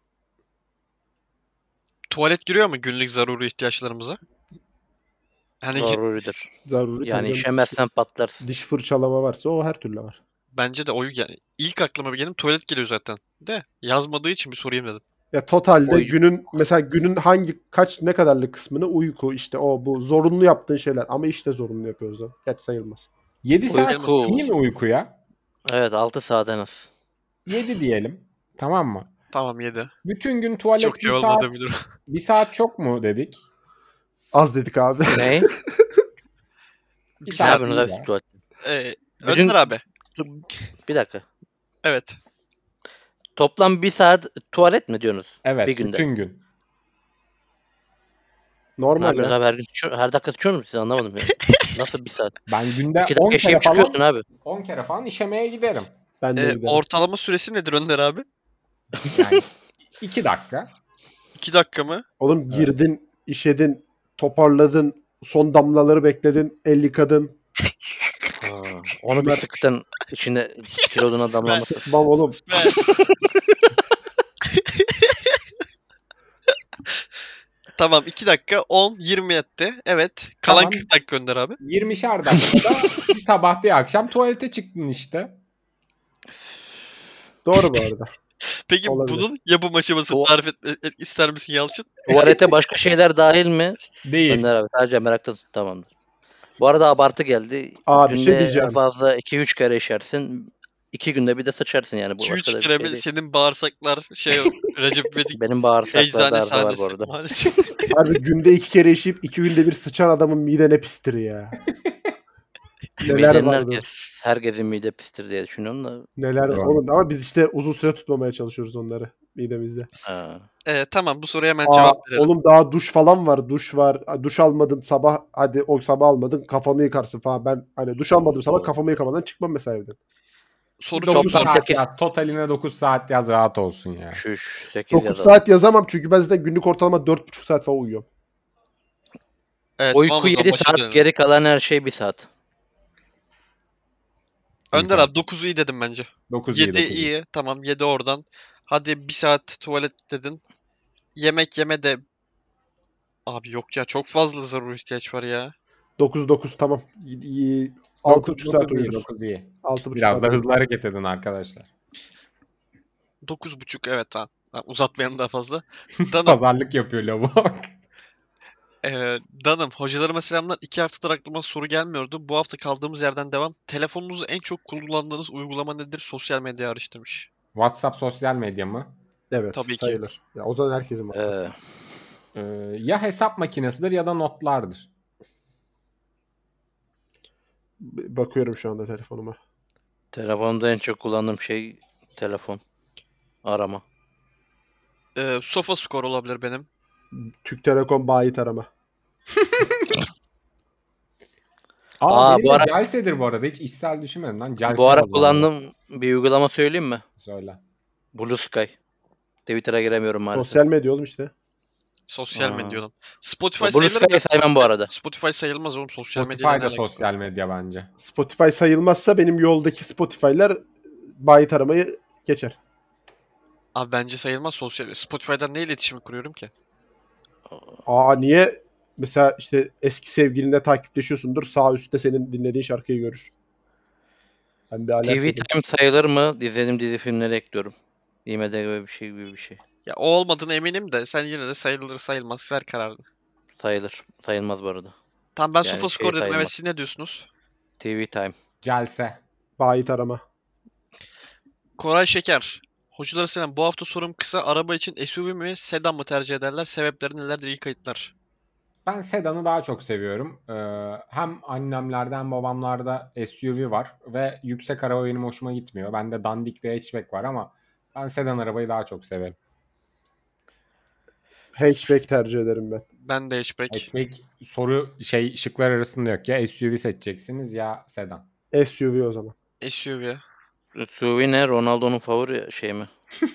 Tuvalet giriyor mu günlük zaruri ihtiyaçlarımıza? Hani Zaruridir. Zaruri Yani tabii canım. işemezsen patlarsın. Diş fırçalama varsa o her türlü var. bence de oyu yani ilk aklıma bir gelin tuvalet geliyor zaten. De yazmadığı için bir sorayım dedim. Ya totalde Oy- günün mesela günün hangi kaç ne kadarlık kısmını uyku işte o bu zorunlu yaptığın şeyler ama işte zorunlu yapıyoruz da. Geç sayılmaz. yedi saat Uyku. iyi mi uykuya? Evet altı saat en az. yedi diyelim. Tamam mı? Tamam, yedi. Bütün gün tuvalet Çok iyi bir olmadı saat, bir durum. bir saat çok mu dedik? Az dedik abi. Ne? Bir Bir Ne saat saat. yapıyorsunuz iyi abi ya. tuvalet? Ee, Bütün- Önder abi. Bir dakika. Evet. Toplam bir saat tuvalet mi diyorsunuz? Evet, Bir günde. bütün gün. Ne Normal yapıyorsunuz ya. abi her gün sıçıyor- her dakika sıçıyor musunuz siz, anlamadım ya. Nasıl bir saat? Ben günde İki on dakika kere işeyip falan çıkıyorsun abi. on kere falan işemeye giderim. Ben de Ee, giderim. ortalama süresi nedir Önder abi? Yani iki dakika. iki dakika mı? Oğlum girdin, işedin, toparladın, son damlaları bekledin, el yıkadın. Ha, onu bir sıktan içine kiloduna damlaması. Sıkmam oğlum. Sus be. Tamam, iki dakika on yirmi etti. Evet. Kalan Tamam. kırk dakika Önder abi. yirmişer dakikada bir sabah bir akşam tuvalete çıktın işte. Doğru bu arada. Peki Olabilir. bunun yapım aşamasını Bu- tarif et, et- ister misin Yalçın? Tuvalete başka şeyler dahil mi? Değil. Önder abi sadece merakta tamamdır. Bu arada abartı geldi. Aa, bir Günde şey diyeceğim. en fazla iki üç kere işersin. iki günde bir de sıçarsın yani. Bu iki başka üç da bir kere şey mi değil. senin bağırsaklar şey Recep İvedik Benim bağırsaklarda eczane arıza var bu sahnesi. arada. Maalesef. Harbi günde iki kere işeyip iki günde bir sıçan adamın mide ne pistir ya. Neler Midenin vardı. herkes, herkesin mide pistir diye düşünüyorum da. Neler var. Doğru. Oğlum ama biz işte uzun süre tutmamaya çalışıyoruz onları midemizde. Ha. Ee, tamam, bu soruya hemen Aa, cevap verelim. oğlum daha duş falan var. Duş var. Duş almadın sabah, hadi o sabah almadın kafanı yıkarsın falan. Ben hani duş almadım sabah, Doğru. kafamı yıkamadan çıkmam mesela evden. Soru çok dokuz zor. Toplam saat sekiz. yaz. Totaline dokuz saat yaz, rahat olsun ya. Şuş sekiz dokuz yazalım. saat yazamam çünkü ben zaten günlük ortalama dört buçuk saat falan uyuyorum. Evet, tamam, Uyku o zaman yedi başa saat, dönelim. geri kalan her şey bir saat. Önder abi dokuzu iyi dedim bence. dokuz iyi, yedi dokuz iyi. iyi. Tamam, yedi oradan. Hadi bir saat tuvalet dedin. Yemek yeme de... Abi yok ya, çok fazla zaruri ihtiyaç var ya. dokuz dokuz tamam. altı dokuz, buçuk saat dokuz iyi, uyuruz. dokuz iyi. altı buçuk Biraz saat da uyuruz. hızlı hareket edin arkadaşlar. dokuz buçuk, evet tamam. Ha, uzatmayalım daha fazla. Danım, Pazarlık yapıyor lavuk. e, Danım, hocalarıma selamlar. İki haftadır aklıma soru gelmiyordu. Bu hafta kaldığımız yerden devam. Telefonunuzu en çok kullandığınız uygulama nedir? Sosyal medya hariç demiş. WhatsApp sosyal medya mı? Evet Tabii ki. sayılır. Ya o zaman herkesin var. Ee, Ee, ya hesap makinesidir ya da notlardır. B- Bakıyorum şu anda telefonuma. telefonda en çok kullandığım şey telefon. Arama. E, Sofa Skor olabilir benim. Türk Telekom bayi tarama. Aa, Aa, benim bu de ara- Celse'dir bu arada. Hiç işsel düşünmedim lan. Celse Bu ara yazdım kullandığım bir uygulama söyleyeyim mi? ben. Söyle. Blue Sky. Twitter'a giremiyorum maalesef. Sosyal medya oğlum işte. Sosyal Aa. medya olan. Spotify Blue sayılır Sky'ı mı? saymam bu arada. Spotify sayılmaz oğlum. Sosyal Spotify medya da sosyal medya bence. Spotify sayılmazsa benim yoldaki Spotify'lar bayi taramayı geçer. Abi bence sayılmaz sosyal. Spotify'dan ne iletişimi kuruyorum ki? Aa niye? Mesela işte eski sevgilinle takipleşiyorsundur. Sağ üstte senin dinlediğin şarkıyı görür. Ben bir alert T V dedim. Time sayılır mı? İzlediğim dizi filmleri ekliyorum. I M D B bir şey gibi bir şey. Ya o olmadığına eminim de sen yine de sayılır sayılmaz ver kararını. Sayılır. Sayılmaz bu arada. Tamam ben Yani Sofa şey Score dedim. Evet sayılmaz. siz ne diyorsunuz? T V Time. Celse. Bayit arama. Koray Şeker. Hocalara selam. Bu hafta sorum kısa. Araba için S U V mi, sedan mı tercih ederler? Sebepleri nelerdir? İyi kayıtlar. Ben sedanı daha çok seviyorum. Ee, hem annemlerde hem babamlarda S U V var ve yüksek araba benim hoşuma gitmiyor. Bende dandik bir hatchback var ama ben sedan arabayı daha çok severim. Hatchback tercih ederim ben. Ben de hatchback. Hatchback soru şey şıklar arasında yok ya S U V seçeceksiniz ya sedan. S U V o zaman. S U V. S U V ne? Ronaldo'nun favori şey mi?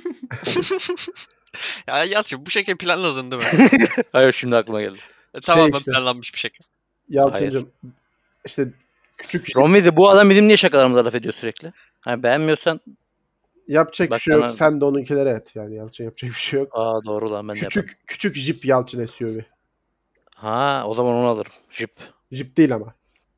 Ya Yalçın bu şaka planladın değil mi? Hayır şimdi aklıma geldi. E, tamamen işte. planlanmış bir şaka. Yalçıncım işte küçük Romney'de bu adam bizim niye şakalarımıza laf ediyor sürekli? Hani beğenmiyorsan yapacak Bak bir şey yok. sana- Sen de onunkilere et yani Yalçın yapacak bir şey yok. aa doğru lan ben de yaparım. Küçük küçük Jeep Yalçın S U V. Ha o zaman onu alırım. Jeep. Jeep değil ama.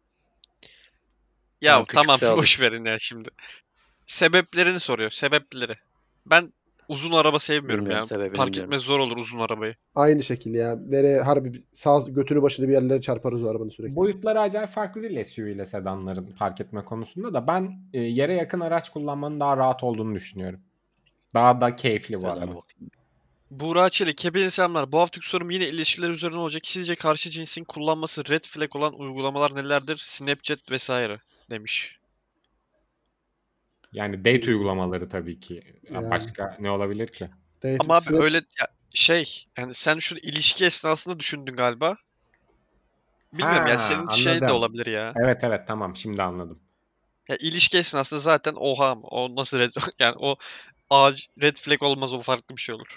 Ya Tamam, tamam küçükse boş verin ya şimdi. Sebeplerini soruyor. Sebepleri. Ben uzun araba sevmiyorum Bilmiyorum, ya. sebebini Park bilmiyorum. etmesi zor olur uzun arabayı. Aynı şekilde ya. Nereye harbi bir- sağ götünü başını bir yerlere çarparız o arabanın sürekli. Boyutları acayip farklı değil S U V ile sedanların park etme konusunda da ben e, yere yakın araç kullanmanın daha rahat olduğunu düşünüyorum. Daha da keyifli bu Sedana arada. bakayım. Buğra Çelik, hepinize selamlar. Bu haftaki sorum yine ilişkiler üzerine olacak. Sizce karşı cinsin kullanması red flag olan uygulamalar nelerdir? Snapchat vesaire demiş. Yani date uygulamaları tabii ki. Ya Yani. başka ne olabilir ki? Dating Ama abi Snapchat- öyle ya, şey yani sen şu ilişki esnasında düşündün galiba. Bilmiyorum ya Ha, senin şey de anladım. olabilir ya. Evet evet tamam şimdi anladım. Ya ilişki esnasında zaten oha o nasıl red yani o ağaç red flag olmaz o farklı bir şey olur.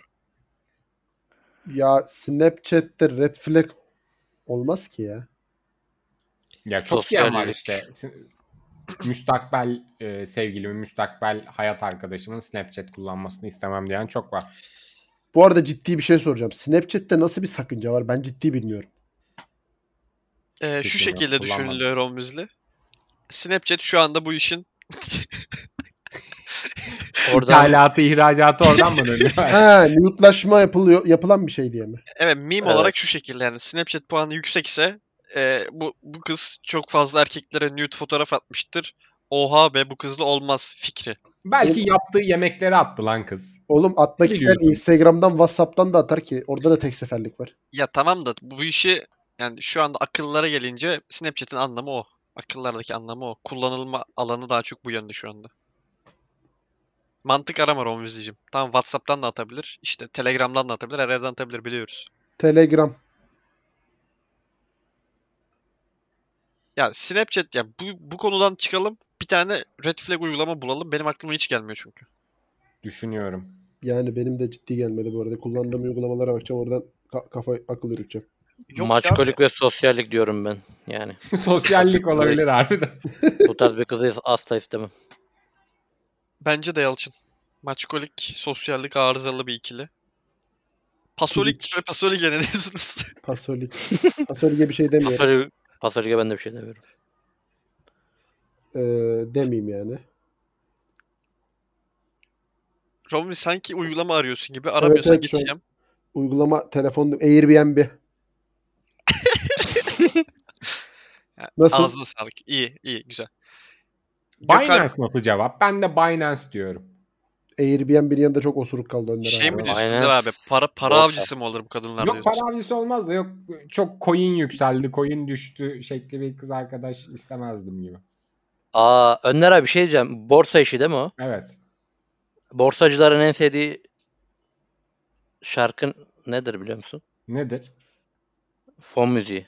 Ya Snapchat'te red flag olmaz ki ya. Ya çok diyen var Sosyallik. işte. S- Müstakbel e, sevgilimin, müstakbel hayat arkadaşımın Snapchat kullanmasını istemem diyen çok var. Bu arada ciddi bir şey soracağım. Snapchat'te nasıl bir sakınca var? Ben ciddi bilmiyorum. Ee, şu Fikrim yok, şekilde kullanmadım. düşünülüyor Romizli. Snapchat şu anda bu işin Oradan İthalatı, ihracatı oradan mı dönüyor? Ha, nude'laşma yapılıyor, yapılan bir şey diye mi? evet meme Evet. olarak şu şekilde yani Snapchat puanı yüksekse e, bu bu kız çok fazla erkeklere nude fotoğraf atmıştır. Oha be bu kızla olmaz fikri. Belki yaptığı yemekleri attı lan kız. Oğlum atmak Ne isteyen biliyorsun? Instagram'dan, WhatsApp'tan da atar ki. Orada da tek seferlik var. Ya tamam da bu işi yani şu anda akıllara gelince Snapchat'in anlamı o. Akıllardaki anlamı o. Kullanılma alanı daha çok bu yönde şu anda. Mantık arama Romvizicim. Tamam WhatsApp'tan da atabilir. İşte Telegram'dan da atabilir. Her yerden atabilir biliyoruz. Telegram. Ya Snapchat ya bu, bu konudan çıkalım. Bir tane red flag uygulama bulalım. Benim aklıma hiç gelmiyor çünkü. Düşünüyorum. Yani benim de ciddi gelmedi bu arada. Kullandığım uygulamalara bakacağım. Oradan ka- kafa akıl yürüteceğim. Yok maçkolik ya. ve sosyallik diyorum ben. Yani Sosyallik olabilir harbiden. bu tarz bir kızı asla istemem. Bence de Yalçın. Maçkolik, sosyallik arızalı bir ikili. Pasolik Twitch. ve Pasolik'e ne diyorsunuz? Pasolik. Pasolik'e bir şey demiyorum. Pasörü, pasörüge ben de bir şey demiyorum. Ee, demeyeyim yani. Romvi sanki uygulama arıyorsun gibi. Aramıyorsan evet, şu an- geçeceğim. Uygulama telefonda Airbnb. Ya, Nasıl? Ağzına sağlık. İyi, iyi, güzel. Gökhan Binance nasıl cevap? Ben de Binance diyorum. Airbnb'nin yanında çok osuruk kaldı Önder şey abi. mi diyorsun Aynen. Önder abi? Para para Borsa. avcısı mı olur bu kadınlar Yok diyorsun? para avcısı olmaz da yok çok coin yükseldi, coin düştü şekli bir kız arkadaş istemezdim gibi. Aa Önder abi bir şey diyeceğim. Borsa işi değil mi o? Evet. Borsacıların en sevdiği şarkı nedir biliyor musun? Nedir? Fon müziği.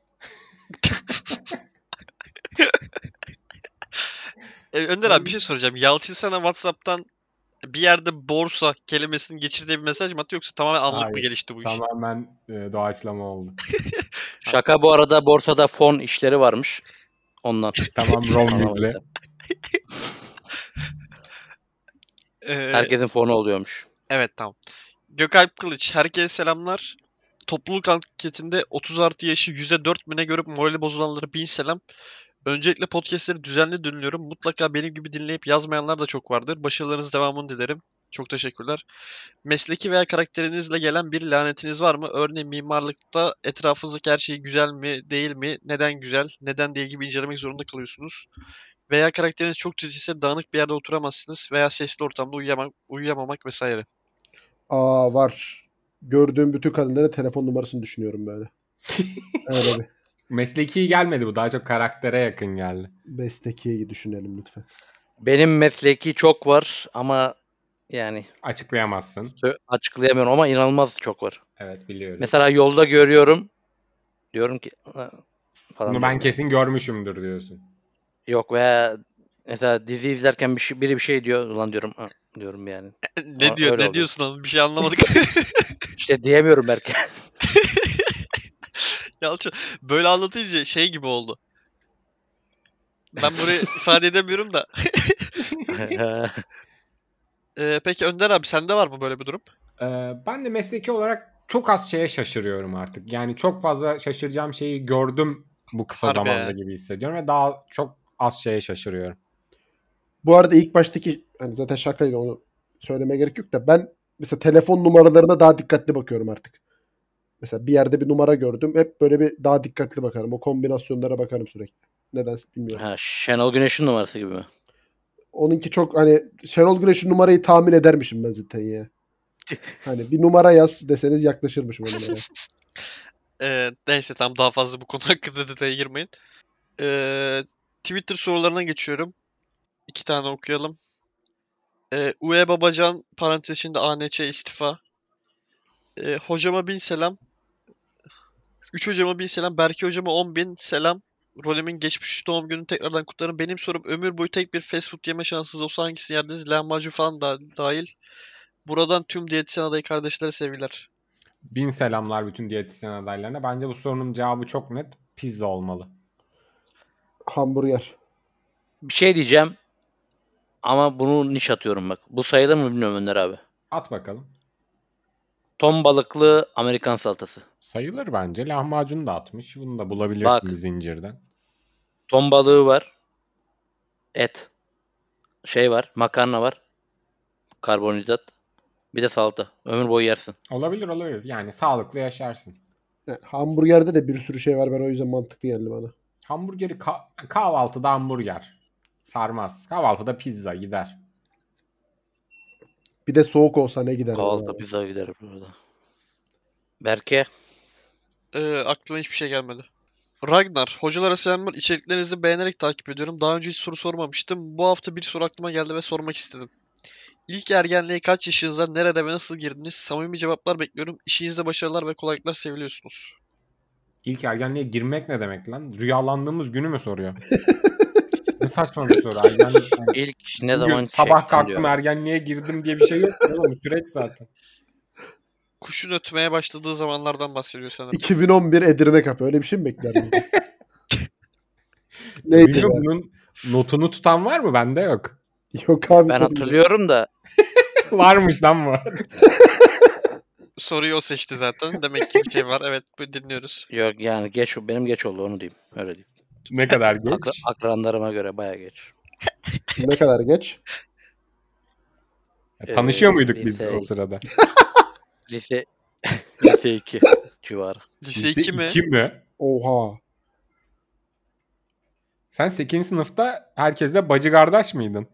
E, Önder abi bir şey soracağım. Yalçın sana WhatsApp'tan bir yerde borsa kelimesini geçir diye bir mesaj mı attı yoksa tamamen anlık mı Hayır, gelişti bu iş? Tamamen e, doğaçlama oldu. Şaka bu arada borsada fon işleri varmış. Ondan. Tamam Romney'le. Anlamadım. Ee, Herkesin fonu oluyormuş. Evet tamam. Gökalp Kılıç. Herkese selamlar. Topluluk anketinde otuz artı yaşı yüzde dört müne görüp morali bozulanlara bin selam. Öncelikle podcastleri düzenli dinliyorum. Mutlaka benim gibi dinleyip yazmayanlar da çok vardır. Başarılarınız devamını dilerim. Çok teşekkürler. Mesleki veya karakterinizle gelen bir lanetiniz var mı? Örneğin mimarlıkta etrafınızdaki her şey güzel mi, değil mi? Neden güzel, neden değil gibi incelemek zorunda kalıyorsunuz. Veya karakteriniz çok kötü ise dağınık bir yerde oturamazsınız veya sesli ortamda uyuyamak, uyuyamamak vesaire. Aa var. Gördüğüm bütün kadınların telefon numarasını düşünüyorum böyle. Öyle bir Mesleki gelmedi bu. Daha çok karaktere yakın geldi. Besteki'yi düşünelim lütfen. Benim mesleki çok var ama yani Açıklayamazsın. sö- açıklayamıyorum ama inanılmaz çok var. Evet biliyorum. Mesela yolda görüyorum. Diyorum ki "Ha," falan Bunu diyorum ben yani. kesin görmüşümdür diyorsun. Yok veya mesela dizi izlerken bir şey, biri bir şey diyor. Ulan diyorum "Ha," diyorum yani. Ne Ama diyor, öyle ne oluyor. diyorsun lan? Bir şey anlamadık. İşte diyemiyorum belki. Yalçın böyle anlatınca şey gibi oldu. Ben burayı ifade edemiyorum da. Ee, peki Önder abi sende var mı böyle bir durum? Ee, ben de mesleki olarak çok az şeye şaşırıyorum artık. Yani çok fazla şaşıracağım şeyi gördüm bu kısa Harbi zamanda ya. gibi hissediyorum ve daha çok az şeye şaşırıyorum. Bu arada ilk baştaki hani zaten şakaydı, onu söylemeye gerek yok da ben mesela telefon numaralarına daha dikkatli bakıyorum artık. Mesela bir yerde bir numara gördüm. Hep böyle bir daha dikkatli bakarım. O kombinasyonlara bakarım sürekli. Neden bilmiyorum. Ha, Şenol Güneş'in numarası gibi mi? Onunki çok hani Şenol Güneş'in numarayı tahmin edermişim ben zaten ya. Hani bir numara yaz deseniz yaklaşırmışım o numaraya. Ee, neyse tamam daha fazla bu konu hakkında detaya girmeyin. Ee, Twitter sorularına geçiyorum. İki tane okuyalım. Ee, U E Babacan parantez içinde A N Ç istifa. Ee, hocama bin selam. Üç hocama bin selam. Berke hocama on bin selam. Rolemin geçmiş doğum gününü tekrardan kutlarım. Benim sorum ömür boyu tek bir fast food yeme şansınız olsa hangisini yerdiniz? Lahmacun falan da dahil. Buradan tüm diyetisyen adayı kardeşlere sevgiler. Bin selamlar bütün diyetisyen adaylarına. Bence bu sorunun cevabı çok net. Pizza olmalı. Hamburger. Bir şey diyeceğim ama bunu niş atıyorum bak. Bu sayılır mı bilmiyorum Önder abi. At bakalım. Ton balıklı Amerikan salatası. Sayılır bence. Lahmacun da atmış. Bunu da bulabilirsin Bak. bir zincirden. Ton balığı var. Et. Şey var. Makarna var. Karbonhidrat. Bir de salata. Ömür boyu yersin. Olabilir olabilir. Yani sağlıklı yaşarsın. Yani hamburgerde de bir sürü şey var. Ben o yüzden mantıklı geldi bana. Hamburgeri ka- kahvaltıda hamburger. Sarmaz. Kahvaltıda pizza gider. Bir de soğuk olsa ne gider? Kahvaltıda ya. pizza gider burada. Berke. Ee, aklıma hiçbir şey gelmedi. Ragnar, hocalara selamlar. İçeriklerinizi beğenerek takip ediyorum. Daha önce hiç soru sormamıştım. Bu hafta bir soru aklıma geldi ve sormak istedim. İlk ergenliğe kaç yaşınızda, nerede ve nasıl girdiniz? Samimi cevaplar bekliyorum. İşinizde başarılar ve kolaylıklar seviliyorsunuz. İlk ergenliğe girmek ne demek lan? Rüyalandığımız günü mü soruyor? Ne saçma bir soru. Ergenlik, yani İlk ne bugün zaman sabah çektin kalktım diyor. ergenliğe girdim diye bir şey yok. Oğlum süreç zaten. Kuşun ötmeye başladığı zamanlardan bahsediyor sanırım. iki bin on bir Edirne Kapı. Öyle bir şey mi bekler bizden? Neydi Bilmiyorum, ya? bunun notunu tutan var mı? Bende yok. Yok abi. Ben tabii ki. hatırlıyorum da Varmış lan bu. Soruyu o seçti zaten. Demek ki bir şey var. Evet, bu dinliyoruz. yok yani geç benim geç oldu onu diyeyim. Öyle diyeyim. Ne kadar Ak- geç? akranlarıma göre baya geç. Ne kadar geç? Ya, tanışıyor Ee, muyduk biz lise- o sırada? Lise lise iki civarı. Lise iki mi? iki mi? Oha. Sen sekizinci sınıfta herkesle bacı kardeş miydin?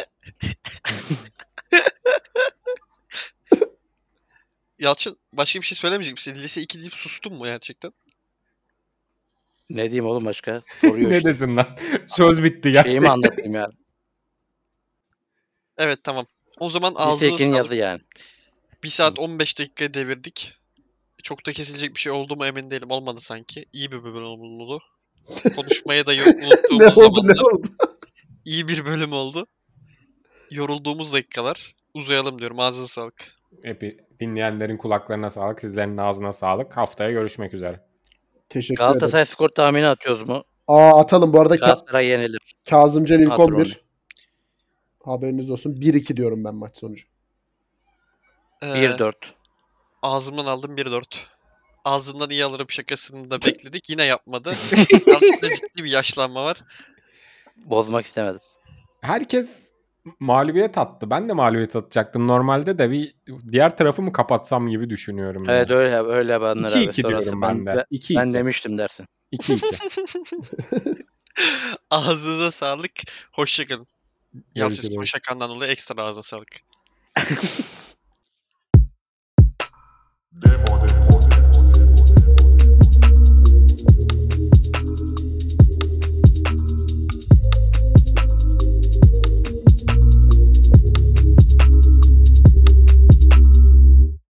Yalçın başka bir şey söylemeyecek misin? Lise iki deyip sustun mu gerçekten? Ne diyeyim oğlum başka? Soruyor Ne işte. desin lan? Söz bitti ya. Şeyi mi anlatayım ya? Evet tamam. O zaman Lise ağzına ikinin sağlık. yazı yani. bir saat on beş dakikaya devirdik. Çok da kesilecek bir şey oldu mu emin değilim. Olmadı sanki. İyi bir bölüm oldu. Konuşmaya da yok Ne unuttuğumuz oldu ne zamanlar. oldu? İyi bir bölüm oldu. Yorulduğumuz dakikalar. Uzayalım diyorum. Ağzına sağlık. Hepi, dinleyenlerin kulaklarına sağlık, sizlerin ağzına sağlık. Haftaya görüşmek üzere. Teşekkür ederim. Galatasaray skor tahmini atıyoruz mu? Aa atalım bu arada. Ka- Galatasaray yenilir. Kazımcan ilk Atır on bir. Haberiniz olsun. bir iki diyorum ben maç sonucu. Ee, bir dört. Ağzımdan aldım bir dört. Ağzından iyi alırım şakasını da bekledik. Yine yapmadı. Gerçekten ciddi bir yaşlanma var. Bozmak istemedim. Herkes mağlubiyet attı. Ben de mağlubiyet atacaktım. Normalde de bir diğer tarafı mı kapatsam gibi düşünüyorum. Evet ya. öyle öyle banlar iki abi. iki Sonrası diyorum ben, ben de. ben, iki ben iki. demiştim dersin. iki iki. Ağzınıza sağlık. Hoşçakalın. Yaptığınız son Görüşürüz. şakandan dolayı ekstra ağzına sağlık. Demo